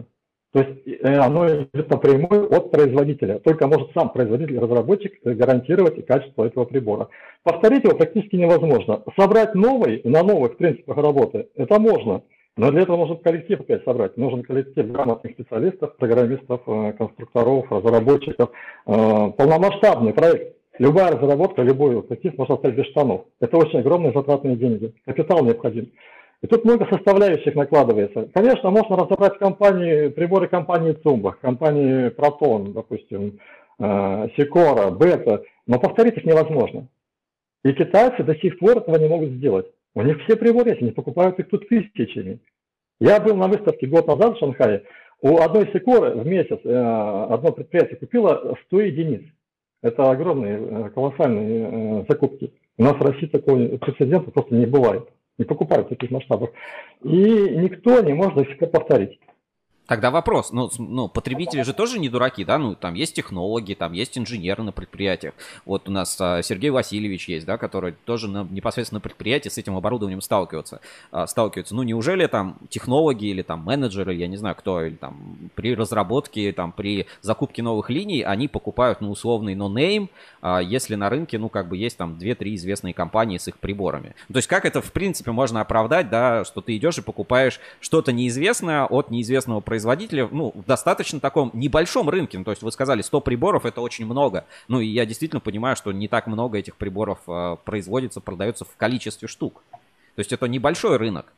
То есть э, оно идет напрямую от производителя. Только может сам производитель-разработчик гарантировать и качество этого прибора. Повторить его практически невозможно. Собрать новый на новых принципах работы – это можно. Но для этого нужен коллектив опять собрать. Нужен коллектив грамотных специалистов, программистов, конструкторов, разработчиков. Полномасштабный проект. Любая разработка, любой коллектив можно оставить без штанов. Это очень огромные затратные деньги. Капитал необходим. И тут много составляющих накладывается. Конечно, можно разобрать компании, приборы компании Цумбах, компании Протон, допустим, Сикора, Бета, но повторить их невозможно. И китайцы до сих пор этого не могут сделать. У них все приборы есть, они покупают их тут тысячами. Я был на выставке год назад в Шанхае. У одной Сикоры в месяц одно предприятие купило сто единиц. Это огромные, колоссальные закупки. У нас в России такого прецедента просто не бывает. Не покупают в таких масштабах. И никто не может их повторить. Тогда вопрос, ну, ну, потребители же тоже не дураки, да, ну, там есть технологи, там есть инженеры на предприятиях. Вот у нас а, Сергей Васильевич есть, да, который тоже на, непосредственно на предприятии с этим оборудованием сталкиваются, а, сталкиваются. Ну, неужели там технологи или там менеджеры, я не знаю кто, или там при разработке, там при закупке новых линий, они покупают, ну, условный no-name, а, если на рынке, ну, как бы есть там две-три известные компании с их приборами. То есть как это, в принципе, можно оправдать, да, что ты идешь и покупаешь что-то неизвестное от неизвестного производителя, производителя, ну, в достаточно таком небольшом рынке. Ну, то есть вы сказали, сто приборов — это очень много. Ну, и я действительно понимаю, что не так много этих приборов э, производится, продается в количестве штук. То есть это небольшой рынок.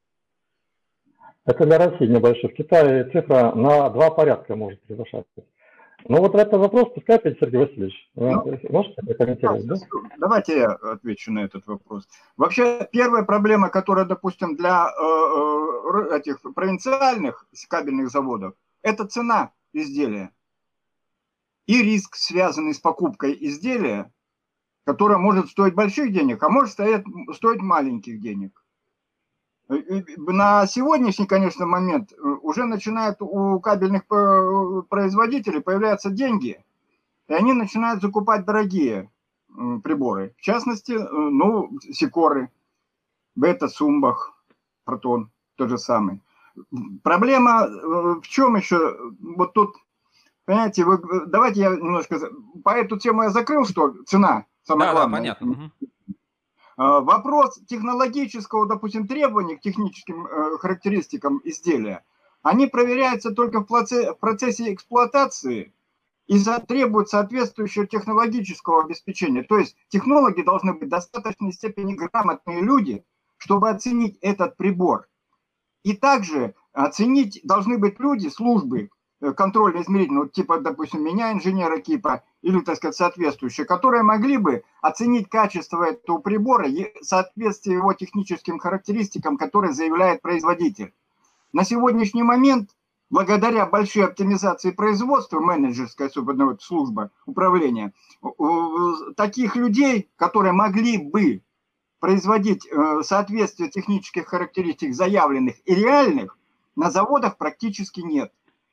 Это для России небольшой. В Китае цифра на два порядка может превышаться. Ну, вот этот вопрос, пускай опять Сергей Васильевич. Ну, можете прокомментировать, да? Давайте я отвечу на этот вопрос. Вообще, первая проблема, которая, допустим, для э, этих провинциальных кабельных заводов, это цена изделия. И риск, связанный с покупкой изделия, которое может стоить больших денег, а может стоять, стоить маленьких денег. На сегодняшний, конечно, момент уже начинают у кабельных производителей появляться деньги, и они начинают закупать дорогие приборы. В частности, ну, Сикоры, Бета, Цумбах, Протон, тот же самый. Проблема в чем еще? Вот тут, понимаете, вы, давайте я немножко... По эту тему я закрыл, что цена самая да, главная. Да, понятно. Вопрос технологического, допустим, требования к техническим э, характеристикам изделия, они проверяются только в, процессе, в процессе эксплуатации и требуют соответствующего технологического обеспечения. То есть технологи должны быть в достаточной степени грамотные люди, чтобы оценить этот прибор. И также оценить должны быть люди, службы контрольно-измерительного типа, допустим, меня, инженера типа, или, так сказать, соответствующие, которые могли бы оценить качество этого прибора и соответствие его техническим характеристикам, которые заявляет производитель. На сегодняшний момент, благодаря большой оптимизации производства, менеджерская служба управления, таких людей, которые могли бы производить соответствие технических характеристик заявленных и реальных, на заводах практически нет.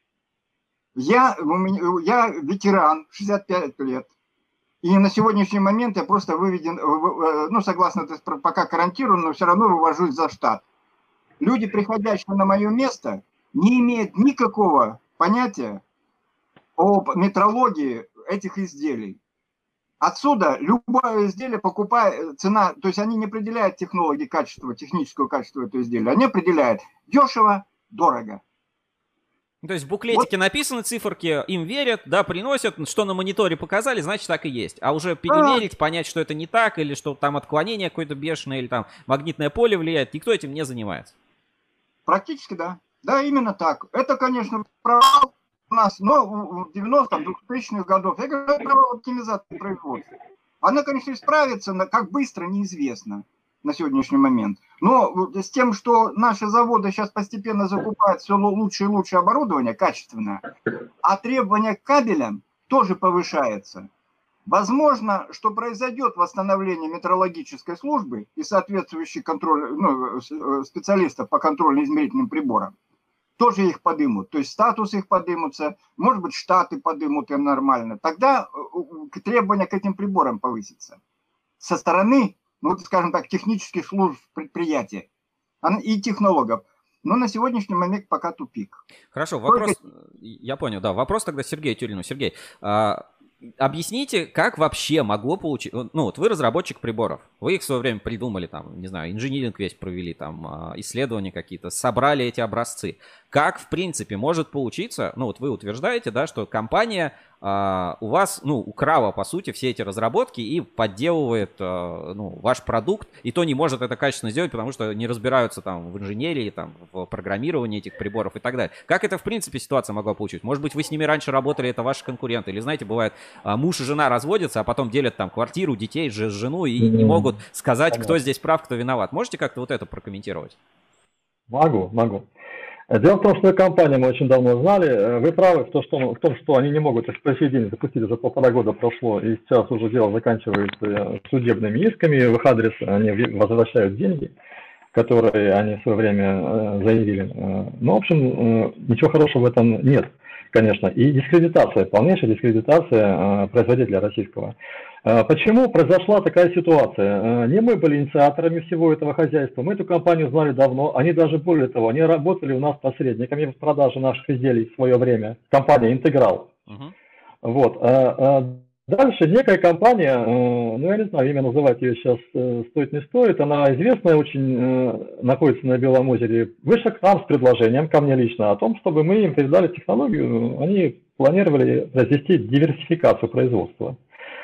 Я, я ветеран, шестьдесят пять лет, и на сегодняшний момент я просто выведен, ну, согласно, пока карантирую, но все равно вывожусь за штат. Люди, приходящие на мое место, не имеют никакого понятия об метрологии этих изделий. Отсюда любое изделие покупает, цена, то есть они не определяют технологии качества, технического качества этого изделия, они определяют дешево, дорого. То есть в буклетике вот написаны циферки, им верят, да, приносят, что на мониторе показали, значит так и есть. А уже перемерить, а... понять, что это не так, или что там отклонение какое-то бешеное, или там магнитное поле влияет, никто этим не занимается. Практически да. Да, именно так. Это, конечно, провал у нас, но в девяностых, двухтысячных годов, я говорю, провал оптимизации производства. Она, конечно, исправится, но как быстро, неизвестно на сегодняшний момент. Но с тем, что наши заводы сейчас постепенно закупают все лучше и лучше оборудование, качественное, а требования к кабелям тоже повышаются. Возможно, что произойдет восстановление метрологической службы и соответствующих контроль, ну, специалистов по контрольно-измерительным приборам. Тоже их подымут, то есть статус их подымутся, может быть, штаты подымут им нормально. Тогда требования к этим приборам повысятся. Со стороны, ну, скажем так, технических служб предприятия и технологов. но на сегодняшний момент пока тупик. Хорошо, вопрос, Только... я понял, да, вопрос тогда Сергею Тюрину. Сергей, а, объясните, как вообще могло получить, ну вот вы разработчик приборов, вы их в свое время придумали, там, не знаю, инжиниринг весь провели, там, исследования какие-то, собрали эти образцы. Как, в принципе, может получиться, ну вот вы утверждаете, да, что компания а, у вас, ну, украла, по сути, все эти разработки и подделывает, а, ну, ваш продукт, и то не может это качественно сделать, потому что не разбираются там в инженерии, там, в программировании этих приборов и так далее. Как это, в принципе, ситуация могла получить? Может быть, вы с ними раньше работали, это ваши конкуренты, или, знаете, бывает, а, муж и жена разводятся, а потом делят там квартиру, детей, ж- жену и mm-hmm. не могут сказать, Понятно. Кто здесь прав, кто виноват. Можете как-то вот это прокомментировать? Могу, могу. Дело в том, что компанию мы очень давно знали. Вы правы в том, что, в том, что они не могут их по сей день запустить, уже полтора года прошло, и сейчас уже дело заканчивается судебными исками в их адрес, они возвращают деньги, которые они в свое время заявили. Ну, в общем, ничего хорошего в этом нет, конечно. И дискредитация, полнейшая дискредитация производителя российского. Почему произошла такая ситуация? Не мы были инициаторами всего этого хозяйства, мы эту компанию знали давно, они даже более того, они работали у нас посредниками в продаже наших изделий в свое время, компания «Интеграл». Uh-huh. Вот. Дальше некая компания, ну я не знаю, имя называть ее сейчас стоит не стоит, она известная очень, находится на Белом озере, вышла к нам с предложением, ко мне лично, о том, чтобы мы им передали технологию, они планировали произвести диверсификацию производства.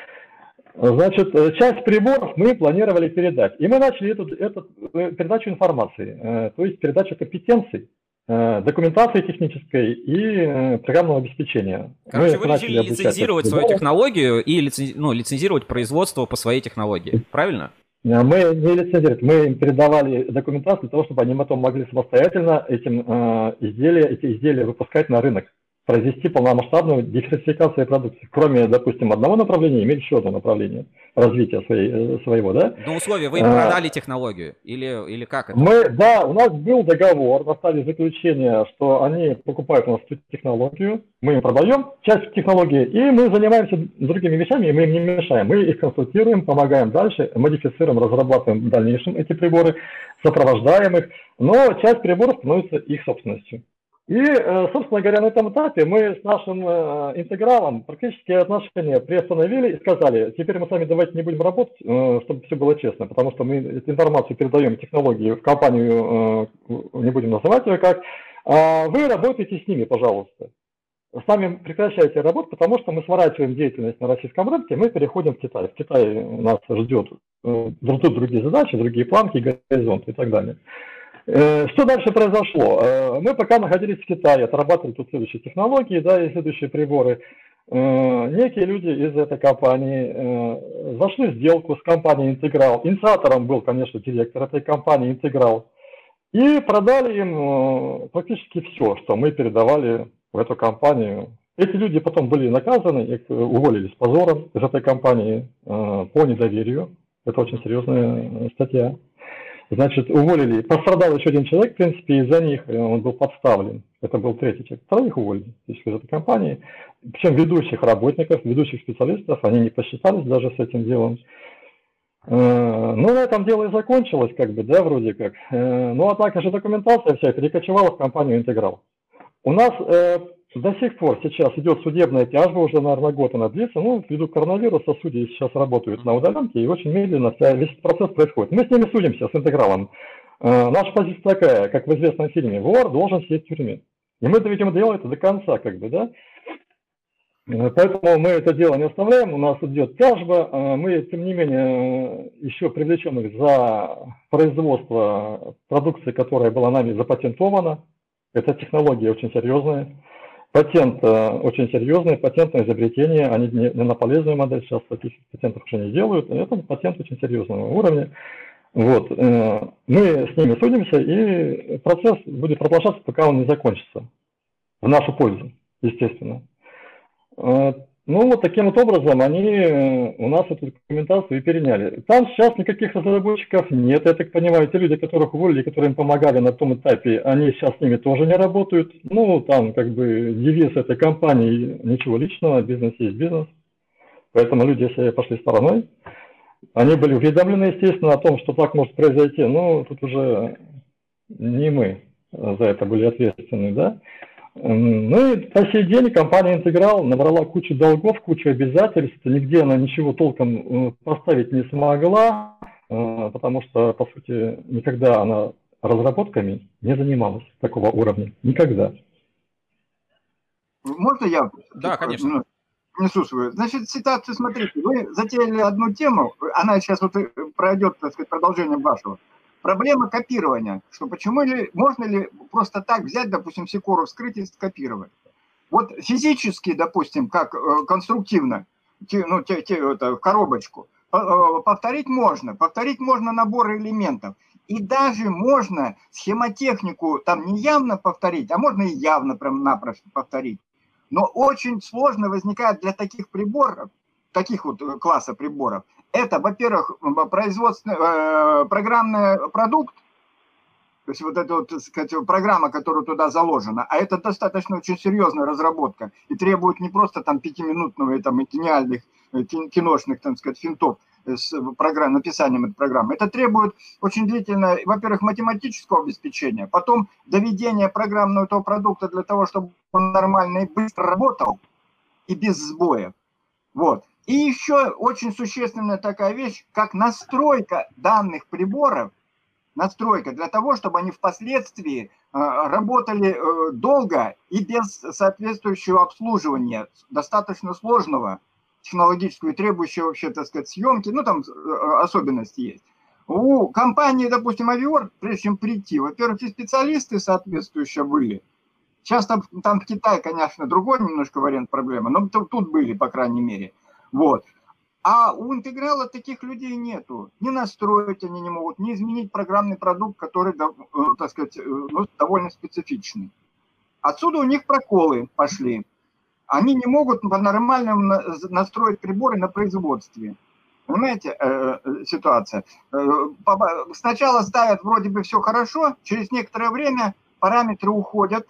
Значит, часть приборов мы планировали передать. И мы начали эту, эту передачу информации, то есть передачу компетенций, документации технической и программного обеспечения. Короче, мы вы решили лицензировать свою технологию и лицензи... ну, лицензировать производство по своей технологии, правильно? Мы не лицензировали, мы им передавали документацию для того, чтобы они потом могли самостоятельно этим изделия, эти изделия выпускать на рынок, произвести полномасштабную диверсификацию продукции. Кроме, допустим, одного направления, иметь еще одно направление развития своей, своего, да? Но условия, вы им продали а, технологию? Или, или как это? Мы, да, у нас был договор на стадии заключения, что они покупают у нас эту технологию, мы им продаем часть технологии, и мы занимаемся другими вещами, и мы им не мешаем. Мы их консультируем, помогаем дальше, модифицируем, разрабатываем в дальнейшем эти приборы, сопровождаем их, но часть приборов становится их собственностью. И, собственно говоря, на этом этапе мы с нашим интегралом практически отношения приостановили и сказали, теперь мы с вами давайте не будем работать, чтобы все было честно, потому что мы эту информацию передаем, технологии в компанию, не будем называть ее как, а вы работаете с ними, пожалуйста. Сами прекращайте работу, потому что мы сворачиваем деятельность на российском рынке, мы переходим в Китай. В Китае нас ждет, ждут другие задачи, другие планки, горизонты и так далее. Что дальше произошло? Мы пока находились в Китае, отрабатывали тут следующие технологии, да, и следующие приборы. Некие люди из этой компании зашли в сделку с компанией «Интеграл». Инициатором был, конечно, директор этой компании «Интеграл». И продали им практически все, что мы передавали в эту компанию. Эти люди потом были наказаны, их уволили с позором из этой компании по недоверию. Это очень серьезная статья. Значит, уволили. Пострадал еще один человек, в принципе, из-за них он был подставлен. Это был третий человек. Вторых уволили из этой компании. Причем ведущих работников, ведущих специалистов, они не посчитались даже с этим делом. Ну, на этом дело и закончилось, как бы, да, вроде как. Ну, а так же документация вся перекочевала в компанию «Интеграл». У нас э, до сих пор сейчас идет судебная тяжба, уже, наверное, год она длится, ну, ввиду коронавируса судьи сейчас работают на удаленке, и очень медленно вся, весь процесс происходит. Мы с ними судимся, с «Интегралом». Э, наша позиция такая, как в известном фильме, вор должен сидеть в тюрьме. И мы доведем дело это до конца, как бы, да. Поэтому мы это дело не оставляем, у нас идет тяжба, мы, тем не менее, еще привлечем их за производство продукции, которая была нами запатентована. Эта технология очень серьезная, патент очень серьезный, патентное изобретение, они не на полезную модель, сейчас таких патентов уже не делают, это патент очень серьезного уровня. Вот. Мы с ними судимся, и процесс будет продолжаться, пока он не закончится, в нашу пользу, естественно. Ну, вот таким вот образом они у нас эту документацию и переняли. Там сейчас никаких разработчиков нет, я так понимаю, те люди, которых уволили, которые им помогали на том этапе, они сейчас с ними тоже не работают. Ну, там как бы девиз этой компании, ничего личного, бизнес есть бизнес. Поэтому люди все пошли стороной. Они были уведомлены, естественно, о том, что так может произойти, но тут уже не мы за это были ответственны, да. Ну и по сей день компания «Интеграл» набрала кучу долгов, кучу обязательств, нигде она ничего толком поставить не смогла, потому что, по сути, никогда она разработками не занималась такого уровня, никогда. Можно я? Да, конечно. Несу свою. Значит, ситуацию, смотрите, вы затеяли одну тему, она сейчас вот пройдет, так сказать, продолжением вашего. Проблема копирования, что почему ли, можно ли просто так взять, допустим, Сикору вскрыть и скопировать. Вот физически, допустим, как э, конструктивно, те, ну, те, те, это, коробочку, э, повторить можно, повторить можно набор элементов. И даже можно схемотехнику там не явно повторить, а можно и явно прям напрочь повторить. Но очень сложно возникает для таких приборов, таких вот класса приборов, это, во-первых, производственный, э, программный продукт, то есть вот эта вот, так сказать, программа, которая туда заложена, а это достаточно очень серьезная разработка и требует не просто там пятиминутного и там и гениальных киношных, так сказать, финтов с программ, написанием этой программы. Это требует очень длительное, во-первых, математического обеспечения, потом доведения программного этого продукта для того, чтобы он нормально и быстро работал и без сбоев. Вот. И еще очень существенная такая вещь, как настройка данных приборов, настройка для того, чтобы они впоследствии э, работали э, долго и без соответствующего обслуживания, достаточно сложного, технологического и требующего вообще, так сказать, съемки, ну там э, особенности есть. У компании, допустим, Авиор, прежде чем прийти, во-первых, и специалисты соответствующие были. Сейчас там, там в Китае, конечно, другой немножко вариант проблемы, но тут были, по крайней мере. Вот. А у «Интеграла» таких людей нету. Не настроить они не могут, не изменить программный продукт, который, так сказать, ну, довольно специфичный. Отсюда у них проколы пошли. Они не могут по-нормальному настроить приборы на производстве. Понимаете, э, ситуация? Сначала ставят вроде бы все хорошо, через некоторое время параметры уходят,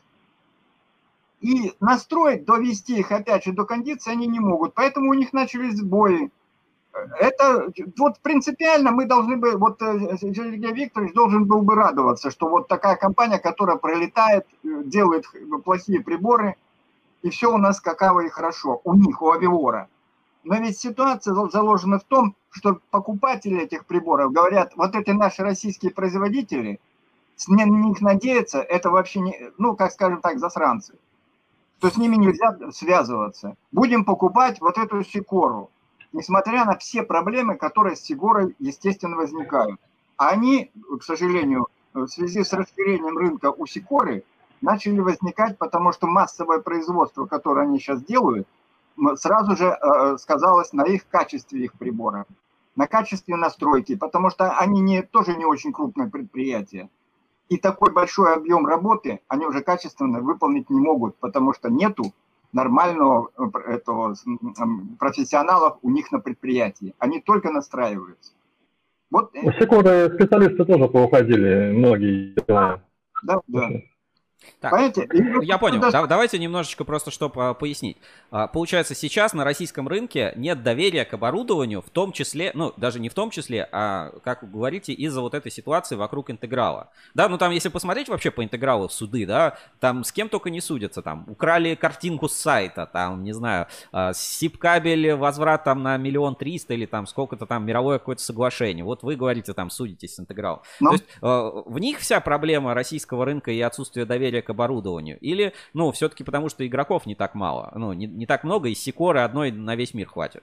и настроить, довести их опять же до кондиции они не могут, поэтому у них начались сбои. Это вот принципиально мы должны бы, вот Сергей Викторович должен был бы радоваться, что вот такая компания, которая пролетает, делает плохие приборы, и все у нас какаво и хорошо, у них, у Авиора. Но ведь ситуация заложена в том, что покупатели этих приборов говорят, вот эти наши российские производители, на них надеяться, это вообще не, ну, как скажем так, засранцы. То с ними нельзя связываться. Будем покупать вот эту Сикору, несмотря на все проблемы, которые с Сикорой, естественно, возникают. А они, к сожалению, в связи с расширением рынка у Сикоры, начали возникать, потому что массовое производство, которое они сейчас делают, сразу же э, сказалось на их качестве их прибора, на качестве настройки, потому что они не, тоже не очень крупное предприятие. И такой большой объем работы они уже качественно выполнить не могут, потому что нету нормального этого, профессионалов у них на предприятии. Они только настраиваются. Вот. У Сикоры специалисты тоже поуходили, многие. Да, да. да. Так, я понял. Да, давайте немножечко просто, чтобы пояснить. Получается, сейчас на российском рынке нет доверия к оборудованию, в том числе, ну, даже не в том числе, а, как вы говорите, из-за вот этой ситуации вокруг «Интеграла». Да, ну там, если посмотреть вообще по «Интегралу» в суды, да, там с кем только не судятся. Там украли картинку с сайта, там, не знаю, сип-кабель, возврат там на миллион триста или там сколько-то там мировое какое-то соглашение. Вот вы говорите, там, судитесь с «Интегралом». То есть в них вся проблема российского рынка и отсутствие доверия к оборудованию? Или, ну, все-таки потому, что игроков не так мало, ну, не, не так много, и Сикоры одной на весь мир хватит?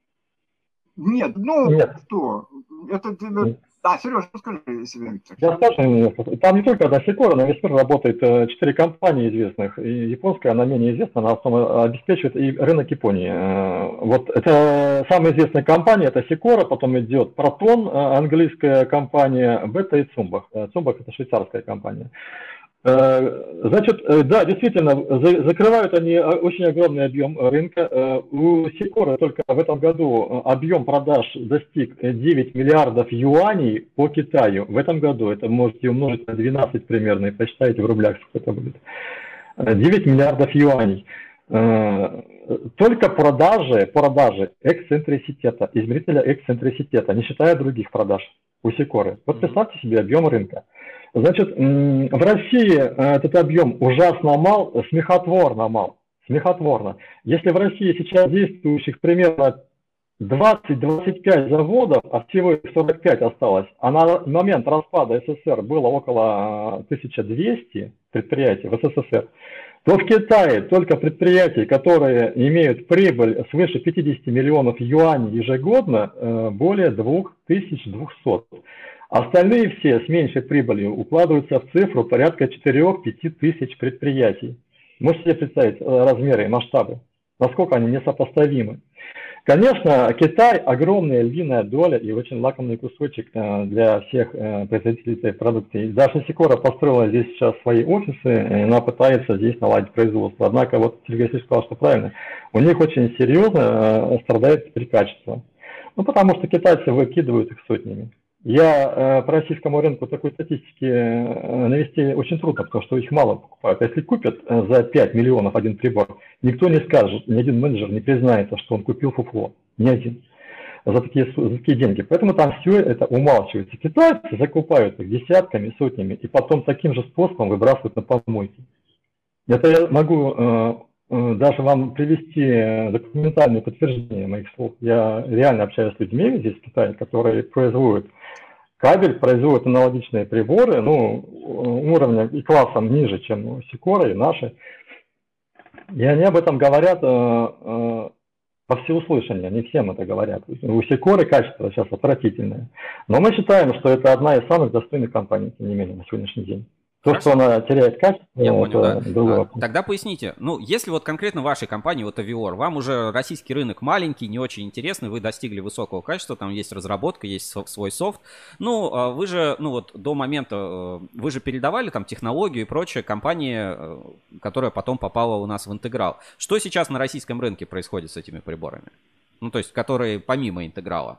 Нет, ну, Нет. что? Это... Да, Сереж, скажи себе. Я скажу, там не только одна Сикора, на весь мир работает четыре компании известных. И японская, она менее известна, она в основном обеспечивает и рынок Японии. Вот это самая известная компания, это Сикора, потом идет Протон, английская компания, Бета и Цумбах. Цумбах это швейцарская компания. Значит, да, действительно, закрывают они очень огромный объем рынка. У Сикоры только в этом году объем продаж достиг девять миллиардов юаней по Китаю. В этом году это можете умножить на двенадцать примерно и посчитайте в рублях, сколько это будет. девять миллиардов юаней. Только продажи, продажи эксцентриситета, измерителя эксцентриситета, не считая других продаж. у Сикоры. Вот представьте себе объем рынка. Значит, в России этот объем ужасно мал, смехотворно мал. Смехотворно. Если в России сейчас действующих примерно двадцать-двадцать пять заводов, а всего сорок пять осталось, а на момент распада СССР было около тысячи двухсот предприятий в СССР, то в Китае только предприятий, которые имеют прибыль свыше пятидесяти миллионов юаней ежегодно, более двух тысяч двухсот. Остальные все с меньшей прибылью укладываются в цифру порядка четырёх-пяти тысяч предприятий. Можете себе представить размеры и масштабы, насколько они несопоставимы. Конечно, Китай огромная львиная доля и очень лакомый кусочек для всех производителей этой продукции. Даже Сикора построила здесь сейчас свои офисы, и она пытается здесь наладить производство. Однако, вот Сергей Алексеевич сказал, что правильно, у них очень серьезно страдает теперь качество. Ну, потому что китайцы выкидывают их сотнями. Я э, по российскому рынку такой статистики э, навести очень трудно, потому что их мало покупают. Если купят э, за пять миллионов один прибор, никто не скажет, ни один менеджер не признается, что он купил фуфло. Ни один. За такие, за такие деньги. Поэтому там все это умалчивается. Китайцы закупают их десятками, сотнями, и потом таким же способом выбрасывают на помойки. Это я могу э, э, даже вам привести документальное подтверждение моих слов. Я реально общаюсь с людьми здесь в Китае, которые производят кабель, производят аналогичные приборы, ну, уровнем и классом ниже, чем Сикора и наши. И они об этом говорят э, э, во всеуслышание, не всем это говорят. У Сикоры качество сейчас отвратительное. Но мы считаем, что это одна из самых достойных компаний, тем не менее, на сегодняшний день. То, Хорошо. что она теряет качество, я это понял, да. другой вопрос. Тогда поясните, ну, если вот конкретно вашей компании, вот Avior, вам уже российский рынок маленький, не очень интересный, вы достигли высокого качества, там есть разработка, есть свой софт, ну, вы же, ну, вот до момента, вы же передавали там технологию и прочее компании, которая потом попала у нас в Интеграл. Что сейчас на российском рынке происходит с этими приборами? Ну, то есть, которые помимо Интеграла?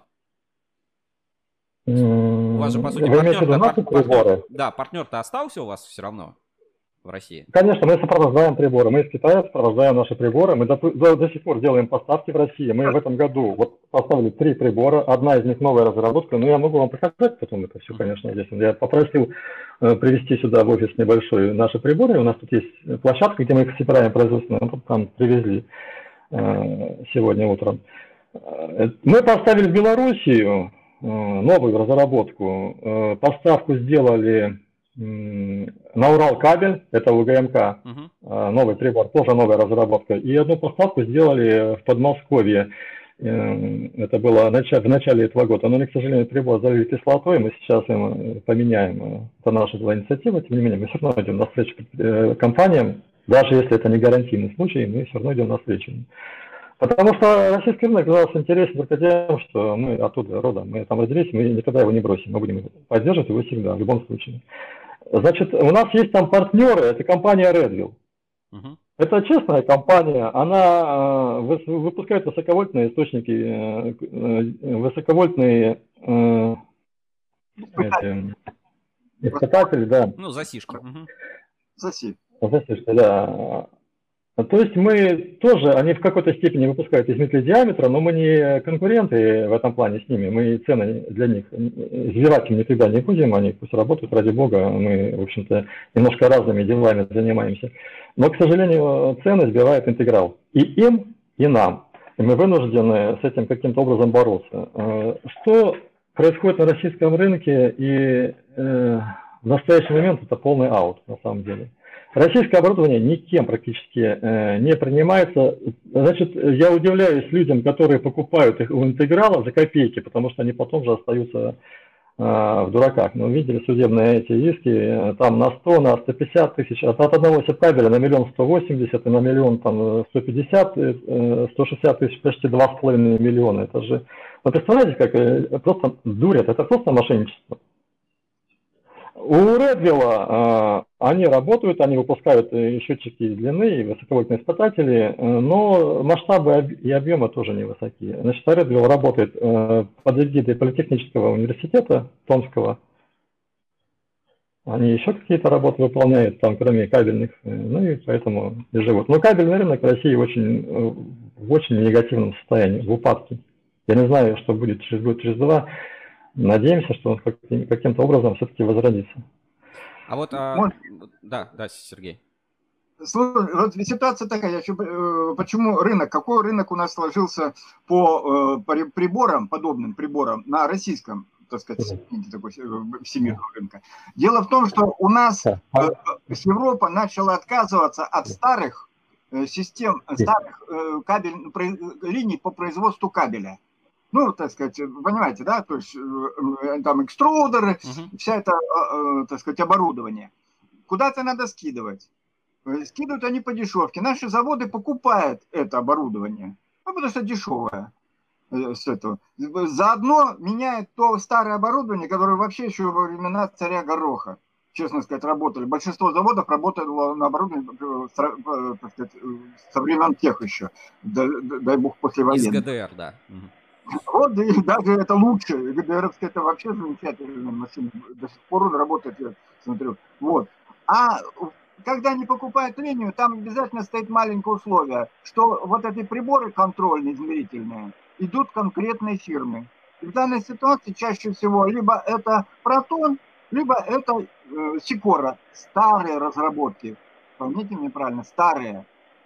У вас же, по сути, партнер-то, партнер, партнер, да, партнер-то остался у вас все равно в России? Конечно, мы сопровождаем приборы. Мы из Китая сопровождаем наши приборы. Мы до, до, до сих пор делаем поставки в России. Мы в этом году вот поставили три прибора. Одна из них новая разработка. Но я могу вам показать потом это все, конечно, здесь. Я попросил э, привезти сюда в офис небольшой наши приборы. У нас тут есть площадка, где мы их собираем производственно. Мы там привезли э, сегодня утром. Мы поставили в Белоруссию новую разработку. Поставку сделали на Урал кабель, это УГМК, uh-huh. новый прибор, тоже новая разработка. И одну поставку сделали в Подмосковье. Это было в начале этого года. Но, к сожалению, прибор залили кислотой, мы сейчас им поменяем. Это наша была инициатива, тем не менее, мы все равно идем навстречу компаниям, даже если это не гарантийный случай, мы все равно идем навстречу. Потому что российский рынок оказался интересен только тем, что мы оттуда родом, мы там родились, мы никогда его не бросим, мы будем поддерживать его всегда, в любом случае. Значит, у нас есть там партнеры, это компания Redville. Uh-huh. Это честная компания, она выпускает высоковольтные источники, высоковольтные э, эти, испытатели, да. Ну, засишка. Uh-huh. Засишка. Засишка, да. То есть мы тоже, они в какой-то степени выпускают измерители диаметра, но мы не конкуренты в этом плане с ними, мы цены для них сбивать им никогда не будем, они пусть работают, ради бога, мы, в общем-то, немножко разными делами занимаемся. Но, к сожалению, цены сбивает Интеграл. И им, и нам. И мы вынуждены с этим каким-то образом бороться. Что происходит на российском рынке, и э, в настоящий момент это полный аут, на самом деле. Российское оборудование никем практически э, не принимается. Значит, я удивляюсь людям, которые покупают их у Интеграла за копейки, потому что они потом же остаются э, в дураках. Мы видели судебные эти иски, э, там на сто, на сто пятьдесят тысяч, от одного сепкабеля на миллион сто восемьдесят и на миллион там сто пятьдесят, э, сто шестьдесят тысяч, почти два с половиной миллиона. Это же, вы представляете, как э, просто дурят, это просто мошенничество. У Redville э, они работают, они выпускают и счетчики длины, и высоковольтные испытатели, э, но масштабы и объемы тоже невысокие. Значит, Redville работает э, под эгидой Политехнического университета Томского. Они еще какие-то работы выполняют, там, кроме кабельных, э, ну и поэтому и живут. Но кабельный рынок в России очень, э, в очень негативном состоянии, в упадке. Я не знаю, что будет через год, через два. Надеемся, что он каким-то образом все-таки возродится. А вот, а... да, да, Сергей. Слушай, вот ситуация такая, еще, почему рынок, какой рынок у нас сложился по, по приборам, подобным приборам на российском, так сказать, такой всемирного рынка. Дело в том, что у нас Европа начала отказываться от старых систем, старых кабель, линий по производству кабеля. Ну, так сказать, понимаете, да, то есть там экструдеры, uh-huh. вся это, так сказать, оборудование. Куда-то надо скидывать. Скидывают они по дешевке. Наши заводы покупают это оборудование, ну, потому что дешевое. С этого. Заодно меняют то старое оборудование, которое вообще еще во времена царя Гороха, честно сказать, работали. Большинство заводов работало на оборудовании, так сказать, со времен тех еще, дай, дай бог, послевоенных. Из ГДР, да. Вот, и даже это лучше. ГДРовская это вообще замечательная машина. До сих пор он работает, я смотрю. Вот. А когда они покупают линию, там обязательно стоит маленькое условие, что вот эти приборы контрольные, измерительные, идут конкретные фирмы. И в данной ситуации чаще всего либо это Протон, либо это э, Сикора. Старые разработки. Поймите меня правильно, старые.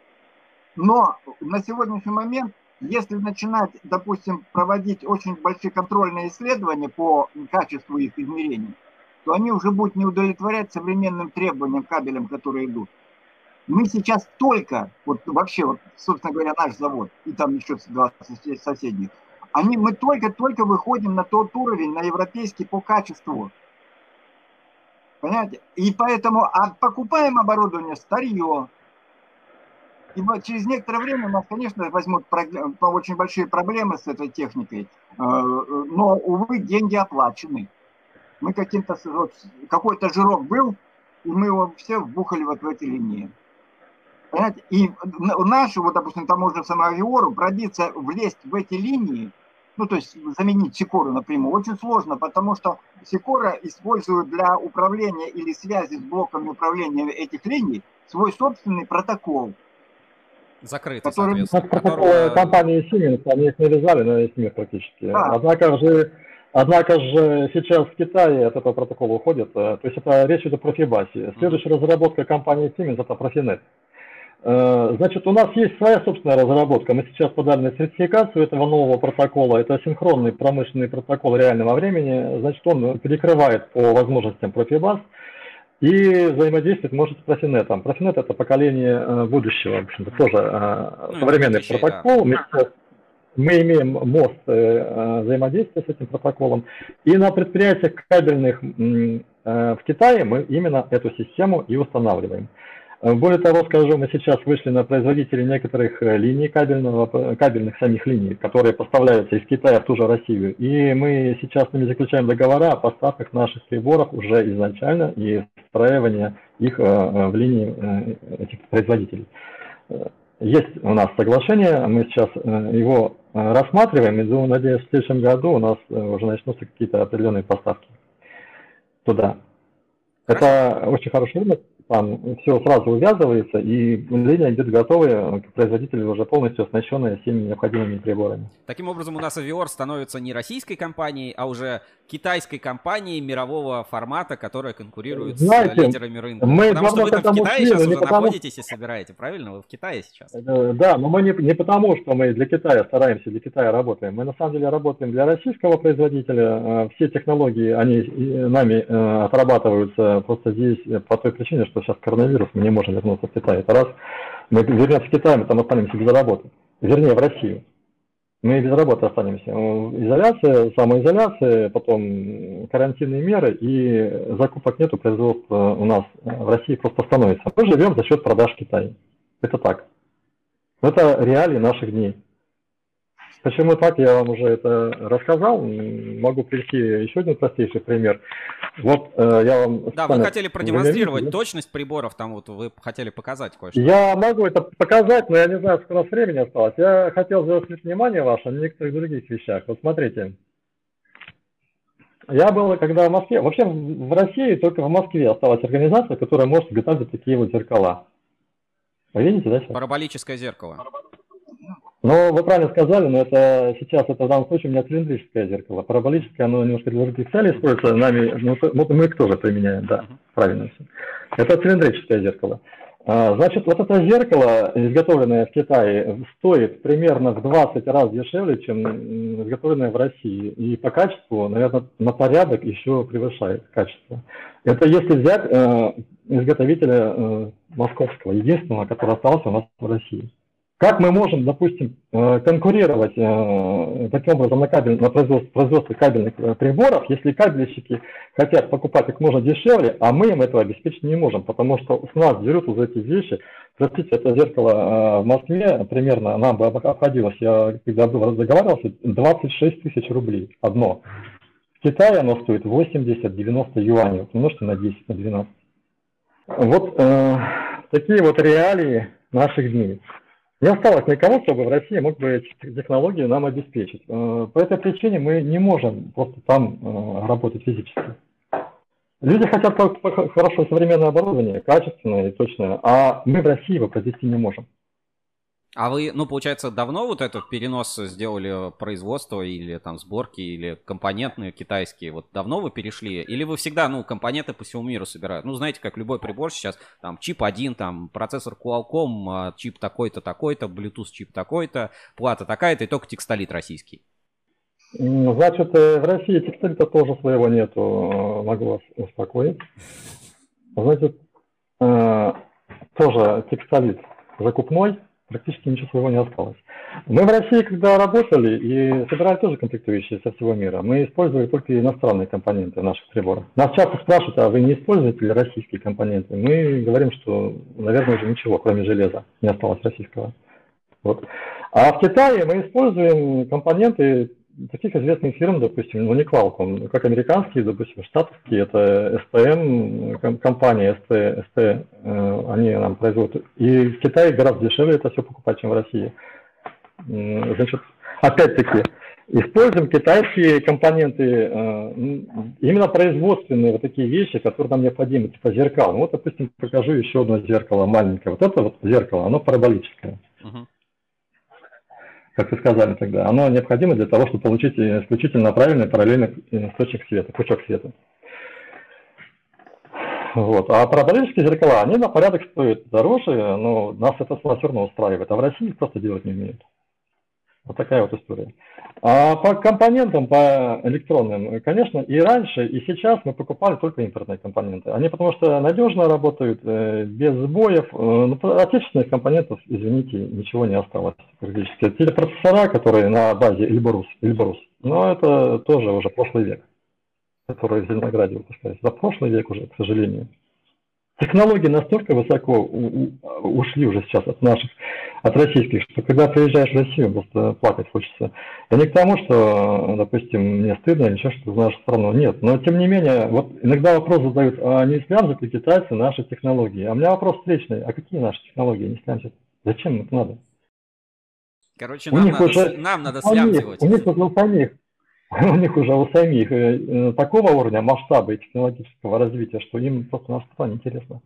Но на сегодняшний момент, если начинать, допустим, проводить очень большие контрольные исследования по качеству их измерений, то они уже будут не удовлетворять современным требованиям кабелям, которые идут. Мы сейчас только, вот вообще, вот, собственно говоря, наш завод, и там еще два соседних, они, мы только-только выходим на тот уровень, на европейский по качеству. Понимаете? И поэтому а покупаем оборудование старье. И через некоторое время у нас, конечно, возьмут очень большие проблемы с этой техникой, но, увы, деньги оплачены. Мы каким-то, какой-то жирок был, и мы его все вбухали вот в эти линии. Понимаете? И наши, вот, допустим, тому же самому пробиться, влезть в эти линии, ну, то есть заменить Сикору напрямую, очень сложно, потому что Сикора использует для управления или связи с блоками управления этих линий свой собственный протокол. Закрытый, который... Протокол которого... компании Siemens, они их навязали на весь мир практически. Да. Однако же, однако же сейчас в Китае от этого протокола уходит, то есть это речь идет про Фибасе. Следующая mm-hmm. разработка компании Siemens это Profinet. Значит, у нас есть своя собственная разработка. Мы сейчас подали на сертификацию этого нового протокола. Это синхронный промышленный протокол реального времени. Значит, он перекрывает по возможностям Profibus и взаимодействует может с Profinet. Profinet это поколение будущего, в общем-то, тоже ну, современный вещей, протокол. Да. Мы, сейчас, мы имеем мост взаимодействия с этим протоколом. И на предприятиях кабельных в Китае мы именно эту систему и устанавливаем. Более того, скажу, мы сейчас вышли на производителей некоторых линий кабельного, кабельных самих линий, которые поставляются из Китая в ту же Россию. И мы сейчас с ними заключаем договора о поставках наших приборов уже изначально и встраивания их в линии этих производителей. Есть у нас соглашение, мы сейчас его рассматриваем, и надеюсь, в следующем году у нас уже начнутся какие-то определенные поставки туда. Это очень хороший рынок. Там все сразу увязывается, и линия идет готовая, производители уже полностью оснащенные всеми необходимыми приборами. Таким образом, у нас Avior становится не российской компанией, а уже китайской компанией мирового формата, которая конкурирует Знаете, с лидерами рынка. Мы потому что вы там в Китае сейчас уже потому... находитесь и собираете, правильно? Вы в Китае сейчас. Да, но мы не, не потому, что мы для Китая стараемся, для Китая работаем. Мы на самом деле работаем для российского производителя. Все технологии, они нами отрабатываются просто здесь по той причине, что сейчас коронавирус, мы не можем вернуться в Китай. Это раз. Мы вернемся в Китай, мы там останемся без работы. Вернее, в Россию. Мы без работы останемся. Изоляция, самоизоляция, потом карантинные меры, и закупок нету, производства у нас в России просто становится. Мы живем за счет продаж в Китае. Это так. Это реалии наших дней. Почему так, я вам уже это рассказал. Могу привести еще один простейший пример. Вот э, я вам... Да, вы хотели продемонстрировать говорите, точность приборов, там вот вы хотели показать кое-что. Я могу это показать, но я не знаю, сколько у нас времени осталось. Я хотел заострить внимание ваше на некоторых других вещах. Вот смотрите. Я был, когда в Москве... Вообще в России только в Москве осталась организация, которая может изготавливать такие вот зеркала. Вы видите, да? Сейчас? Параболическое зеркало. Но вы правильно сказали, но это сейчас, это в данном случае у меня цилиндрическое зеркало. Параболическое, оно немножко для других целей используется, нами, ну, мы, мы их тоже применяем, да, правильно все. Это цилиндрическое зеркало. Значит, вот это зеркало, изготовленное в Китае, стоит примерно в двадцать раз дешевле, чем изготовленное в России. И по качеству, наверное, на порядок еще превышает качество. Это если взять э, изготовителя э, московского, единственного, который остался у нас в России. Как мы можем, допустим, конкурировать э, таким образом на, кабель, на производстве, производстве кабельных приборов, если кабельщики хотят покупать как можно дешевле, а мы им этого обеспечить не можем, потому что с нас берут вот эти вещи. Простите, это зеркало э, в Москве примерно нам бы обходилось, я когда договаривался, двадцать шесть тысяч рублей одно. В Китае оно стоит восемьдесят-девяносто юаней, умножьте на десять, на двенадцать. Вот э, такие вот реалии наших дней. Не осталось никого, кто бы в России мог бы эти технологии нам обеспечить. По этой причине мы не можем просто там работать физически. Люди хотят хорошее современное оборудование, качественное и точное, а мы в России его произвести не можем. А вы, ну, получается, давно вот этот перенос сделали производство или там сборки, или компонентные китайские? Вот давно вы перешли? Или вы всегда, ну, компоненты по всему миру собирают? Ну, знаете, как любой прибор сейчас, там, чип один, там, процессор Qualcomm, чип такой-то, такой-то, Bluetooth чип такой-то, плата такая-то, и только текстолит российский. Значит, в России текстолита тоже своего нету, могу вас успокоить. Значит, тоже текстолит закупной. Практически ничего своего не осталось. Мы в России, когда работали и собирали тоже комплектующие со всего мира, мы использовали только иностранные компоненты наших приборов. Нас часто спрашивают, а вы не используете ли российские компоненты? Мы говорим, что, наверное, уже ничего, кроме железа, не осталось российского. Вот. А в Китае мы используем компоненты таких известных фирм, допустим, ну не Qualcomm, как американские, допустим, штатовские, это эс тэ эм, компания эс тэ, эс тэ, они нам производят. И в Китае гораздо дешевле это все покупать, чем в России. Значит, опять-таки, используем китайские компоненты, именно производственные вот такие вещи, которые нам необходимы, типа зеркал. Ну, вот, допустим, покажу еще одно зеркало маленькое. Вот это вот зеркало, оно параболическое. Uh-huh. Как вы сказали тогда, оно необходимо для того, чтобы получить исключительно правильный параллельный источник света, пучок света. Вот. А параболические зеркала, они на порядок стоят дороже, но нас это все равно устраивает, а в России их просто делать не умеют. Вот такая вот история. А по компонентам, по электронным, конечно, и раньше, и сейчас мы покупали только импортные компоненты. Они потому что надежно работают, без сбоев. Отечественных компонентов, извините, ничего не осталось практически. Телепроцессора, которые на базе Эльбрус, Эльбрус, но это тоже уже прошлый век, который в Зеленограде выпускается. За прошлый век уже, к сожалению. Технологии настолько высоко ушли уже сейчас от наших, от российских, что когда приезжаешь в Россию, просто плакать хочется. Да не к тому, что, допустим, мне стыдно или еще что-то в нашу страну. Нет, но тем не менее, вот иногда вопрос задают, а не слямзят ли китайцы наши технологии? А у меня вопрос встречный, а какие наши технологии не слямзят? Зачем это надо? Короче, нам надо, уже, нам надо слямзивать. У них уже у самих. У них уже у самих э, такого уровня масштаба и технологического развития, что им просто наша страна неинтересна.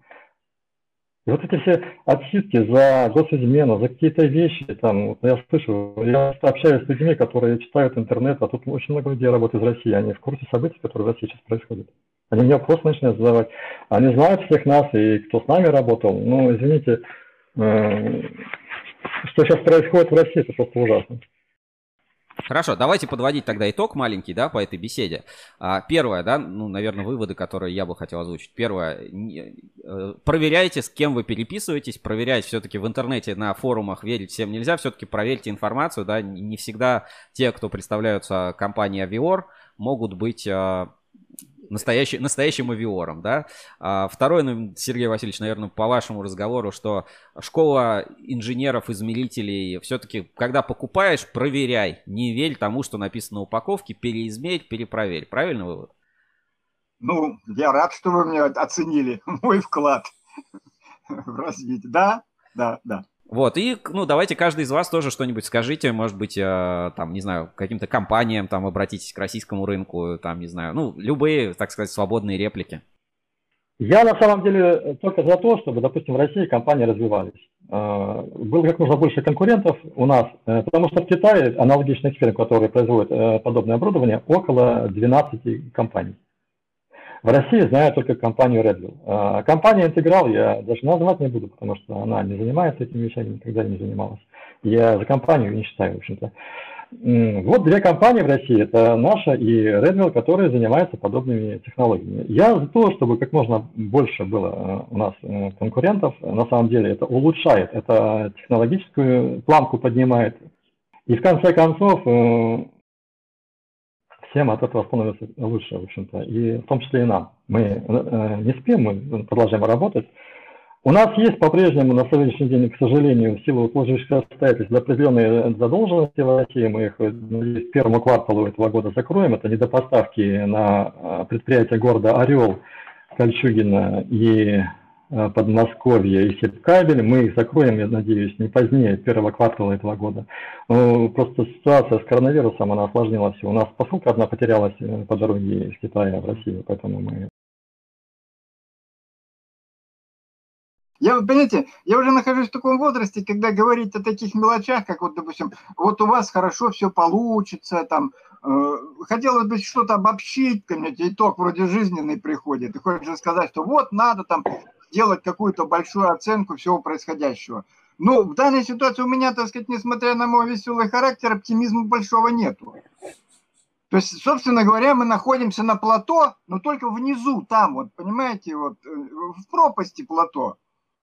И вот эти все отсидки за госизмену, за какие-то вещи, там, вот я слышу, я общаюсь с людьми, которые читают интернет, а тут очень много людей работают из России, они в курсе событий, которые в России сейчас происходят. Они мне вопросы начинают задавать. Они знают всех нас и кто с нами работал. Ну, извините, э, что сейчас происходит в России, это просто ужасно. Хорошо, давайте подводить тогда итог маленький, да, по этой беседе. Первое, да, ну, наверное, выводы, которые я бы хотел озвучить. Первое, проверяйте, с кем вы переписываетесь, проверяйте все-таки в интернете, на форумах верить всем нельзя, все-таки проверьте информацию, да, не всегда те, кто представляются компанией Avior, могут быть настоящий, настоящим авиором, да. А второе, ну, Сергей Васильевич, наверное, по вашему разговору, что школа инженеров-измерителей, все-таки, когда покупаешь, проверяй, не верь тому, что написано на упаковке, переизмерь, перепроверь. Правильный вывод? Ну, я рад, что вы мне оценили мой вклад в развитие. Да, да, да. Вот, и, ну, давайте каждый из вас тоже что-нибудь скажите, может быть, э, там, не знаю, каким-то компаниям, там, обратитесь к российскому рынку, там, не знаю, ну, любые, так сказать, свободные реплики. Я на самом деле только за то, чтобы, допустим, в России компании развивались. Было как можно больше конкурентов у нас, потому что в Китае аналогичных фирм, которые производят подобное оборудование, около двенадцати компаний. В России знаю только компанию Redwell. Компания Integral я даже назвать не буду, потому что она не занимается этими вещами, никогда не занималась. Я за компанию не считаю, в общем-то. Вот две компании в России, это наша и Redwell, которые занимаются подобными технологиями. Я за то, чтобы как можно больше было у нас конкурентов. На самом деле это улучшает, это технологическую планку поднимает. И в конце концов всем от этого становится лучше, в общем-то, и в том числе и нам. Мы не спим, мы продолжаем работать. У нас есть по-прежнему на сегодняшний день, к сожалению, в силу сложившихся обстоятельств, определенные задолженности в России. Мы их, надеюсь, к первому кварталу этого года закроем. Это недопоставки на предприятия города Орел, Кольчугино и Подмосковье и Сибкабель. Мы их закроем, я надеюсь, не позднее первого квартала этого года. Ну, просто ситуация с коронавирусом, она осложнила все. У нас посылка одна потерялась по дороге из Китая в Россию, поэтому мы... Я, понимаете, я уже нахожусь в таком возрасте, когда говорить о таких мелочах, как вот, допустим, вот у вас хорошо все получится, там, э, хотелось бы что-то обобщить, понимаете, итог вроде жизненный приходит, и хочешь сказать, что вот надо там делать какую-то большую оценку всего происходящего. Но в данной ситуации у меня, так сказать, несмотря на мой веселый характер, оптимизма большого нету. То есть, собственно говоря, мы находимся на плато, но только внизу, там, вот, понимаете, вот, в пропасти плато.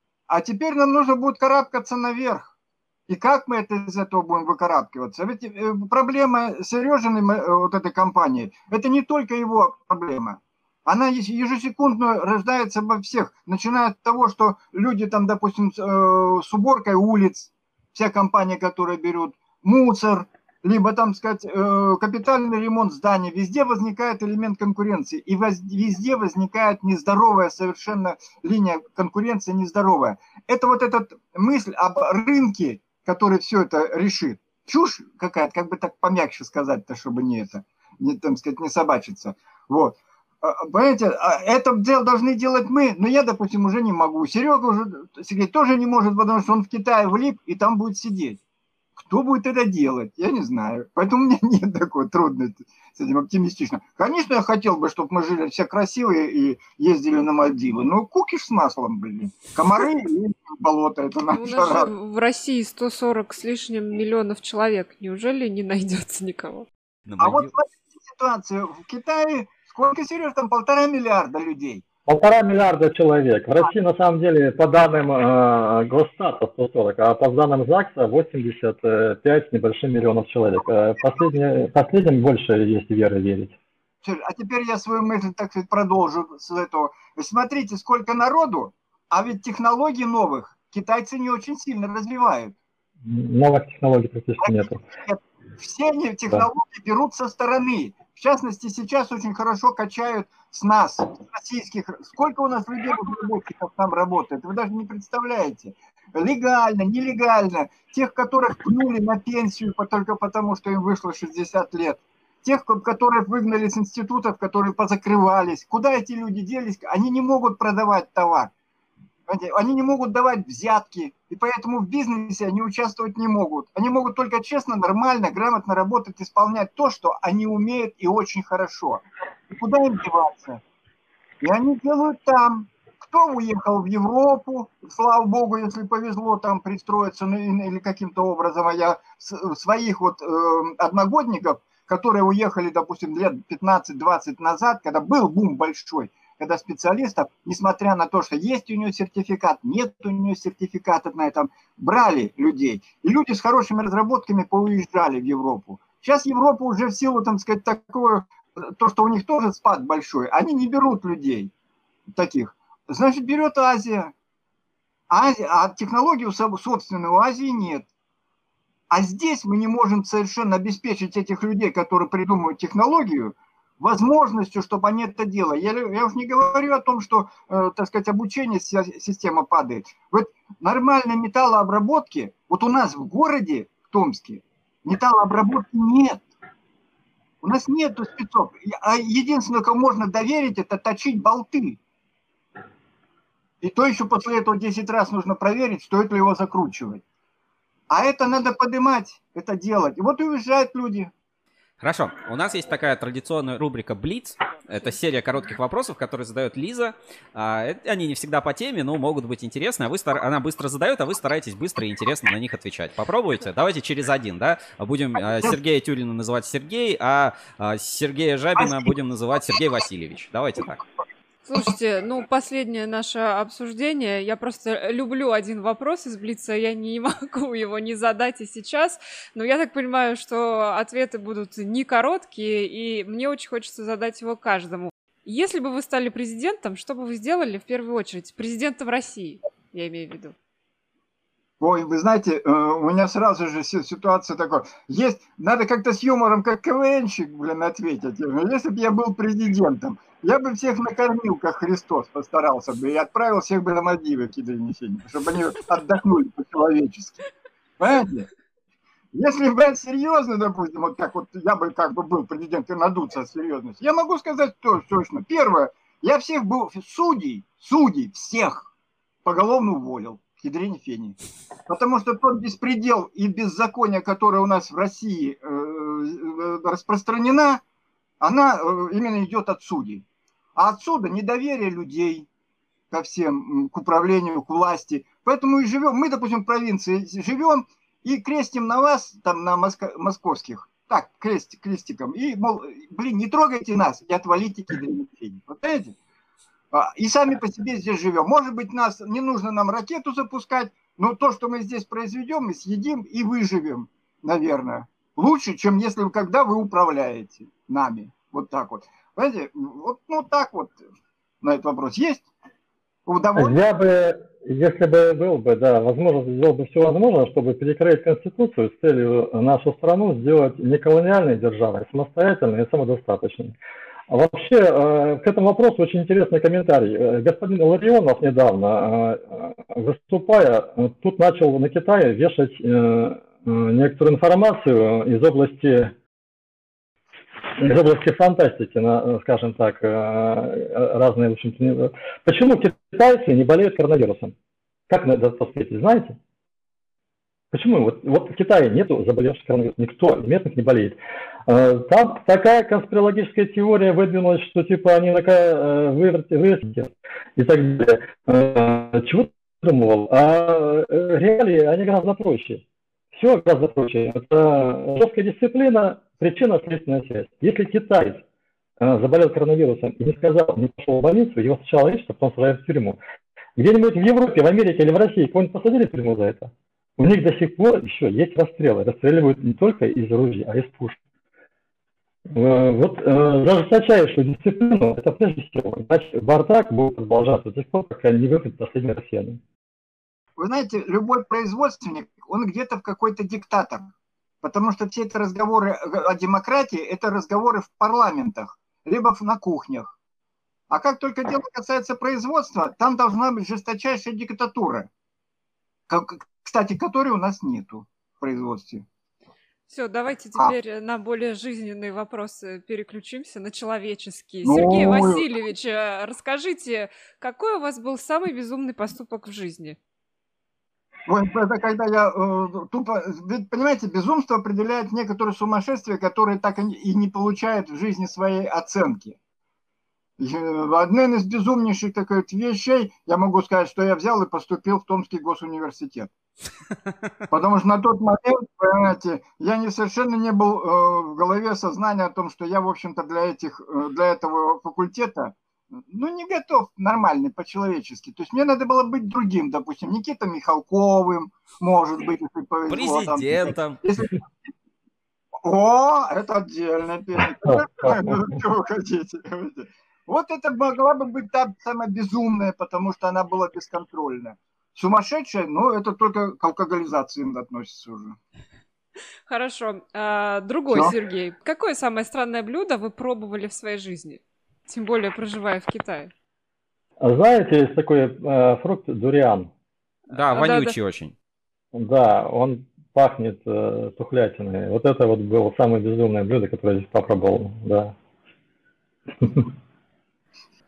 А теперь нам нужно будет карабкаться наверх. И как мы это, из этого будем выкарабкиваться? Ведь проблема Сережиной вот этой компании, это не только его проблема. Она ежесекундно рождается во всех. Начиная от того, что люди там, допустим, с уборкой улиц, вся компания, которая берут мусор, либо там, сказать, капитальный ремонт зданий, везде возникает элемент конкуренции. И везде возникает нездоровая совершенно линия конкуренции, нездоровая. Это вот эта мысль об рынке, который все это решит. Чушь какая-то, как бы так помягче сказать-то, чтобы не это, не, там сказать, не собачиться. Вот. Понимаете, это дело должны делать мы, но я, допустим, уже не могу. Серега уже, Сергей тоже не может, потому что он в Китае влип и там будет сидеть. Кто будет это делать? Я не знаю. Поэтому у меня нет такой трудности с этим оптимистично. Конечно, я хотел бы, чтобы мы жили все красивые и ездили на Мальдивы. Но кукиш с маслом, блин. Комары и болото. Это наша... У нас же в России сто сорок с лишним миллионов человек. Неужели не найдется никого? А вот смотрите ситуацию. В Китае сколько, Сереж, там полтора миллиарда людей. Полтора миллиарда человек. В России, на самом деле, по данным э, Госстата сто сорок, а по данным ЗАГСа восемьдесят пять с небольшим миллионов человек. Последнее, последним больше есть веры верить. А теперь я свою мысль, так сказать, продолжу с этого. Вы смотрите, сколько народу, а ведь технологий новых китайцы не очень сильно развивают. Новых технологий практически нету. Все они технологии да. берут со стороны. В частности, сейчас очень хорошо качают с нас, с российских. Сколько у нас людей, разработчиков там работает, вы даже не представляете. Легально, нелегально. Тех, которых пнули на пенсию только потому, что им вышло шестьдесят лет. Тех, которых выгнали с институтов, которые позакрывались. Куда эти люди делись? Они не могут продавать товар. Они не могут давать взятки, и поэтому в бизнесе они участвовать не могут. Они могут только честно, нормально, грамотно работать, исполнять то, что они умеют и очень хорошо. И куда им деваться? И они делают там. Кто уехал в Европу, слава богу, если повезло там пристроиться или каким-то образом. А я своих вот э, одногодников, которые уехали, допустим, лет пятнадцать-двадцать назад, когда был бум большой, когда специалистов, несмотря на то, что есть у него сертификат, нет у него сертификата на этом, брали людей. И люди с хорошими разработками поуезжали в Европу. Сейчас Европа уже в силу, там сказать, такое, то, что у них тоже спад большой, они не берут людей таких. Значит, берет Азия. Азия, а технологии собственной у Азии нет. А здесь мы не можем совершенно обеспечить этих людей, которые придумывают технологию, возможностью, чтобы они это делали. Я, я уж не говорю о том, что, э, так сказать, обучение система падает. Вот нормальной металлообработки, вот у нас в городе, в Томске, металлообработки нет. У нас нету спецов. А единственное, кому можно доверить, это точить болты. И то еще после этого десять раз нужно проверить, стоит ли его закручивать. А это надо поднимать, это делать. И вот и уезжают люди. Хорошо, у нас есть такая традиционная рубрика «Блиц». Это серия коротких вопросов, которые задает Лиза. А, они не всегда по теме, но могут быть интересны. А вы стар... Она быстро задает, а вы стараетесь быстро и интересно на них отвечать. Попробуйте? Давайте через один, да? Будем а, Сергея Тюрина называть Сергей, а, а Сергея Жабина будем называть Сергей Васильевич. Давайте так. Слушайте, ну, последнее наше обсуждение. Я просто люблю один вопрос из Блица, я не могу его не задать и сейчас. Но я так понимаю, что ответы будут не короткие, и мне очень хочется задать его каждому. Если бы вы стали президентом, что бы вы сделали в первую очередь? Президентом России, я имею в виду. Ой, вы знаете, у меня сразу же ситуация такая. Есть, надо как-то с юмором, как КВНщик, блин, ответить. Если бы я был президентом, я бы всех накормил, как Христос, постарался бы, и отправил всех бы на Мальдивы к Едренесению, чтобы они отдохнули по-человечески. Понимаете? Если брать серьезно, допустим, вот как вот я бы как бы был президентом и надуться от серьезности, я могу сказать то, точно. Первое, я всех был, судей, судей, всех поголовно уволил. Ядрени фени. Потому что тот беспредел и беззаконие, которое у нас в России э, распространена, она э, именно идет от судей. А отсюда недоверие людей ко всем, к управлению, к власти. Поэтому и живем, мы, допустим, в провинции живем и крестим на вас, там, на моско- московских, так, крест, крестиком, и, мол, блин, не трогайте нас и отвалите к ядрени фени. Вот понимаете? И сами по себе здесь живем. Может быть, нас не нужно нам ракету запускать, но то, что мы здесь произведем, мы съедим и выживем, наверное. Лучше, чем если когда вы управляете нами. Вот так вот. Понимаете, вот ну, так вот на этот вопрос есть удовольствие. Я бы, если бы был бы, да, возможно, сделал бы все возможное, чтобы перекроить Конституцию с целью нашу страну сделать не колониальной державой, а самостоятельной и самодостаточной. А вообще, к этому вопросу очень интересный комментарий. Господин Ларионов недавно, выступая, тут начал на Китае вешать некоторую информацию из области, из области фантастики, скажем так, разные, в общем-то. Почему китайцы не болеют коронавирусом? Как на это ответить, знаете? Почему? Вот, вот в Китае нету заболевших коронавирусом, никто местных не болеет. Там такая конспирологическая теория выдвинулась, что типа они такая вывертки и так далее. Чего ты думал? А реалии, они гораздо проще. Все гораздо проще. Это жесткая дисциплина, причинно-следственная связь. Если китаец заболел коронавирусом и не сказал, не пошел в больницу, его сначала ищут, а потом сажают в тюрьму. Где-нибудь в Европе, в Америке или в России кого-нибудь посадили в тюрьму за это? У них до сих пор еще есть расстрелы. Расстреливают не только из ружей, а из пушек. Вот э, жесточайшую дисциплину, это прежде всего, иначе бардак будет продолжаться до тех пор, пока не выйдет последний россиянин. Вы знаете, любой производственник, он где-то в какой-то диктатор. Потому что все эти разговоры о демократии, это разговоры в парламентах, либо на кухнях. А как только дело касается производства, там должна быть жесточайшая диктатура. Кстати, которой у нас нету в производстве. Все, давайте теперь а. на более жизненные вопросы переключимся, на человеческие. Ну... Сергей Васильевич, расскажите, какой у вас был самый безумный поступок в жизни? Ой, это когда я э, тупо... Ведь, понимаете, безумство определяет некоторые сумасшествия, которые так и не получают в жизни своей оценки. Одна из безумнейших таких вещей, я могу сказать, что я взял и поступил в Томский госуниверситет. Потому что на тот момент, понимаете, я не совершенно не был э, в голове сознания о том, что я, в общем-то, для, этих, для этого факультета, ну, не готов нормально, по-человечески. То есть мне надо было быть другим, допустим, Никитой Михалковым, может быть, если повезло. Президентом. Если... О, это отдельная песня. Что вы хотите? Вот это могла бы быть та самая безумная, потому что она была бесконтрольная. Сумасшедшая, но это только к алкоголизации относится уже. Хорошо. А, другой Что? Сергей. Какое самое странное блюдо вы пробовали в своей жизни? Тем более, проживая в Китае. Знаете, есть такой э, фрукт дуриан. Да, А, вонючий да, да. очень. Да, он пахнет э, тухлятиной. Вот это вот было самое безумное блюдо, которое я здесь попробовал, да.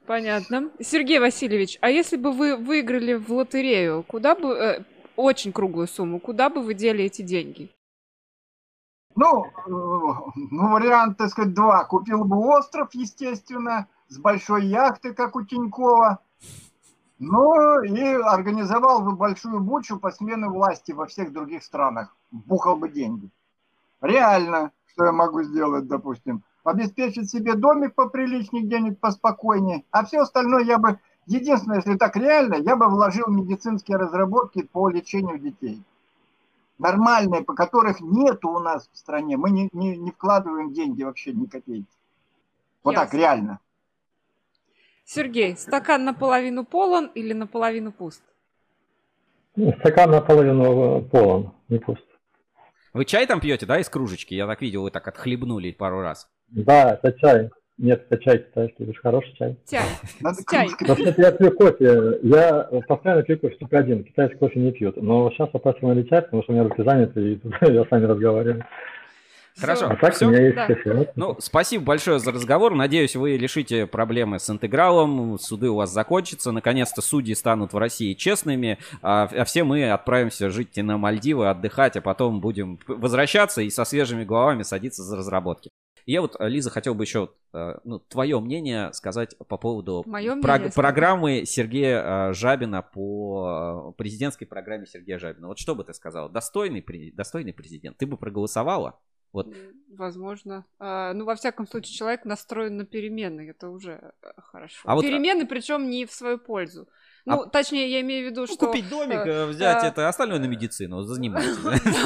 Понятно. Сергей Васильевич, а если бы вы выиграли в лотерею, куда бы, э, очень круглую сумму, куда бы вы дели эти деньги? Ну, ну, вариант, так сказать, два. Купил бы остров, естественно, с большой яхтой, как у Тинькова. Ну, и организовал бы большую бучу по смене власти во всех других странах. Бухал бы деньги. Реально, что я могу сделать, допустим. Обеспечить себе домик поприличнее, где-нибудь поспокойнее. А все остальное я бы... Единственное, если так реально, я бы вложил в медицинские разработки по лечению детей. Нормальные, по которых нету у нас в стране. Мы не, не, не вкладываем деньги вообще ни копейки. Вот Ясно. так, реально. Сергей, стакан наполовину полон или наполовину пуст? Стакан наполовину полон, не пуст. Вы чай там пьете, да, из кружечки? Я так видел, вы так отхлебнули пару раз. Да, это чай. Нет, это чай китайский, это же хороший чай. Чай. Надо Чай. Вообще я пью кофе. Я постоянно пью кофе только один. Китайский кофе не пьют. Но сейчас попросил налить чай, потому что у меня руки заняты, и я с вами разговариваю. Хорошо. А так Всё? у меня есть Да. кофе. Ну, спасибо большое за разговор. Надеюсь, вы решите проблемы с интегралом, суды у вас закончатся, наконец-то судьи станут в России честными, а, а все мы отправимся жить на Мальдивы, отдыхать, а потом будем возвращаться и со свежими головами садиться за разработки. Я вот, Лиза, хотел бы еще ну, твое мнение сказать по поводу Моё про- мнение программы Сергея Жабина, по президентской программе Сергея Жабина. Вот что бы ты сказала? Достойный, пре- достойный президент? Ты бы проголосовала? Вот. Возможно. А, ну, во всяком случае, человек настроен на перемены. Это уже э, хорошо. А вот- перемены, причем не в свою пользу. Ну, А- точнее, я имею в виду, Ну, что... купить домик, э, э, взять э, это, остальное на медицину, занимайтесь.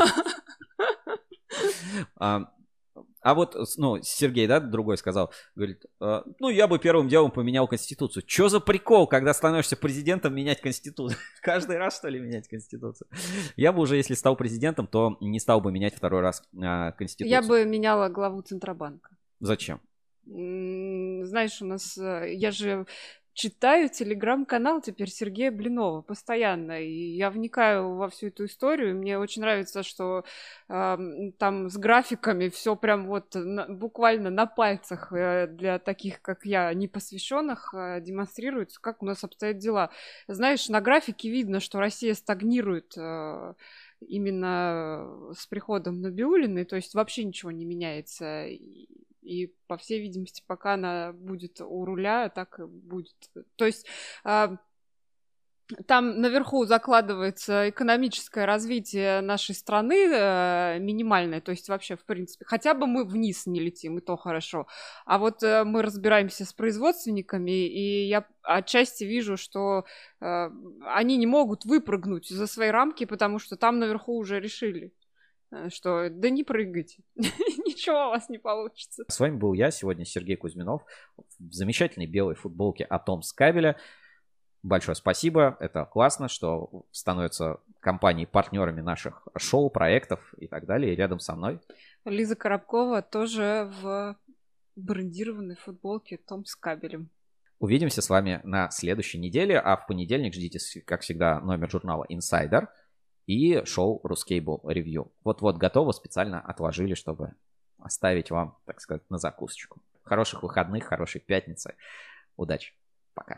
А а вот, ну, Сергей, да, другой сказал, говорит, э, ну, я бы первым делом поменял Конституцию. Че за прикол, когда становишься президентом, менять Конституцию? Каждый раз, что ли, менять Конституцию? Я бы уже, если стал президентом, то не стал бы менять второй раз э, Конституцию. Я бы меняла главу Центробанка. Зачем? М, Знаешь, у нас... э, Я же читаю телеграм-канал теперь Сергея Блинова постоянно, и я вникаю во всю эту историю, и мне очень нравится, что э, там с графиками все прям вот на- буквально на пальцах э, для таких, как я, непосвященных, э, демонстрируется, как у нас обстоят дела. Знаешь, на графике видно, что Россия стагнирует э, именно с приходом Набиуллиной, то есть вообще ничего не меняется. И, и, по всей видимости, пока она будет у руля, так и будет. То есть а, там наверху закладывается экономическое развитие нашей страны э, минимальное, то есть вообще, в принципе, хотя бы мы вниз не летим, и то хорошо. А вот э, мы разбираемся с производственниками, и я отчасти вижу, что э, они не могут выпрыгнуть за свои рамки, потому что там наверху уже решили, э, что да не прыгайте, ничего у вас не получится. С вами был я сегодня, Сергей Кузьминов, в замечательной белой футболке от Томскабеля. Большое спасибо, это классно, что становятся компании-партнерами наших шоу, проектов и так далее, и рядом со мной. Лиза Коробкова тоже в брендированной футболке Том с кабелем. Увидимся с вами на следующей неделе, а в понедельник ждите, как всегда, номер журнала Insider и шоу Ruscable Review. Вот-вот готово, специально отложили, чтобы оставить вам, так сказать, на закусочку. Хороших выходных, хорошей пятницы. Удачи. Пока.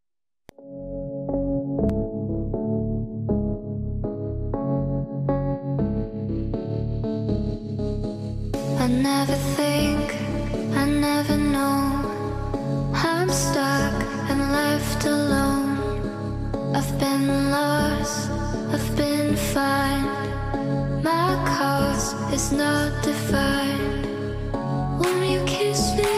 I never think, I never know. I'm stuck and left alone. I've been lost, I've been fine. My cause is not defined. Won't you kiss me?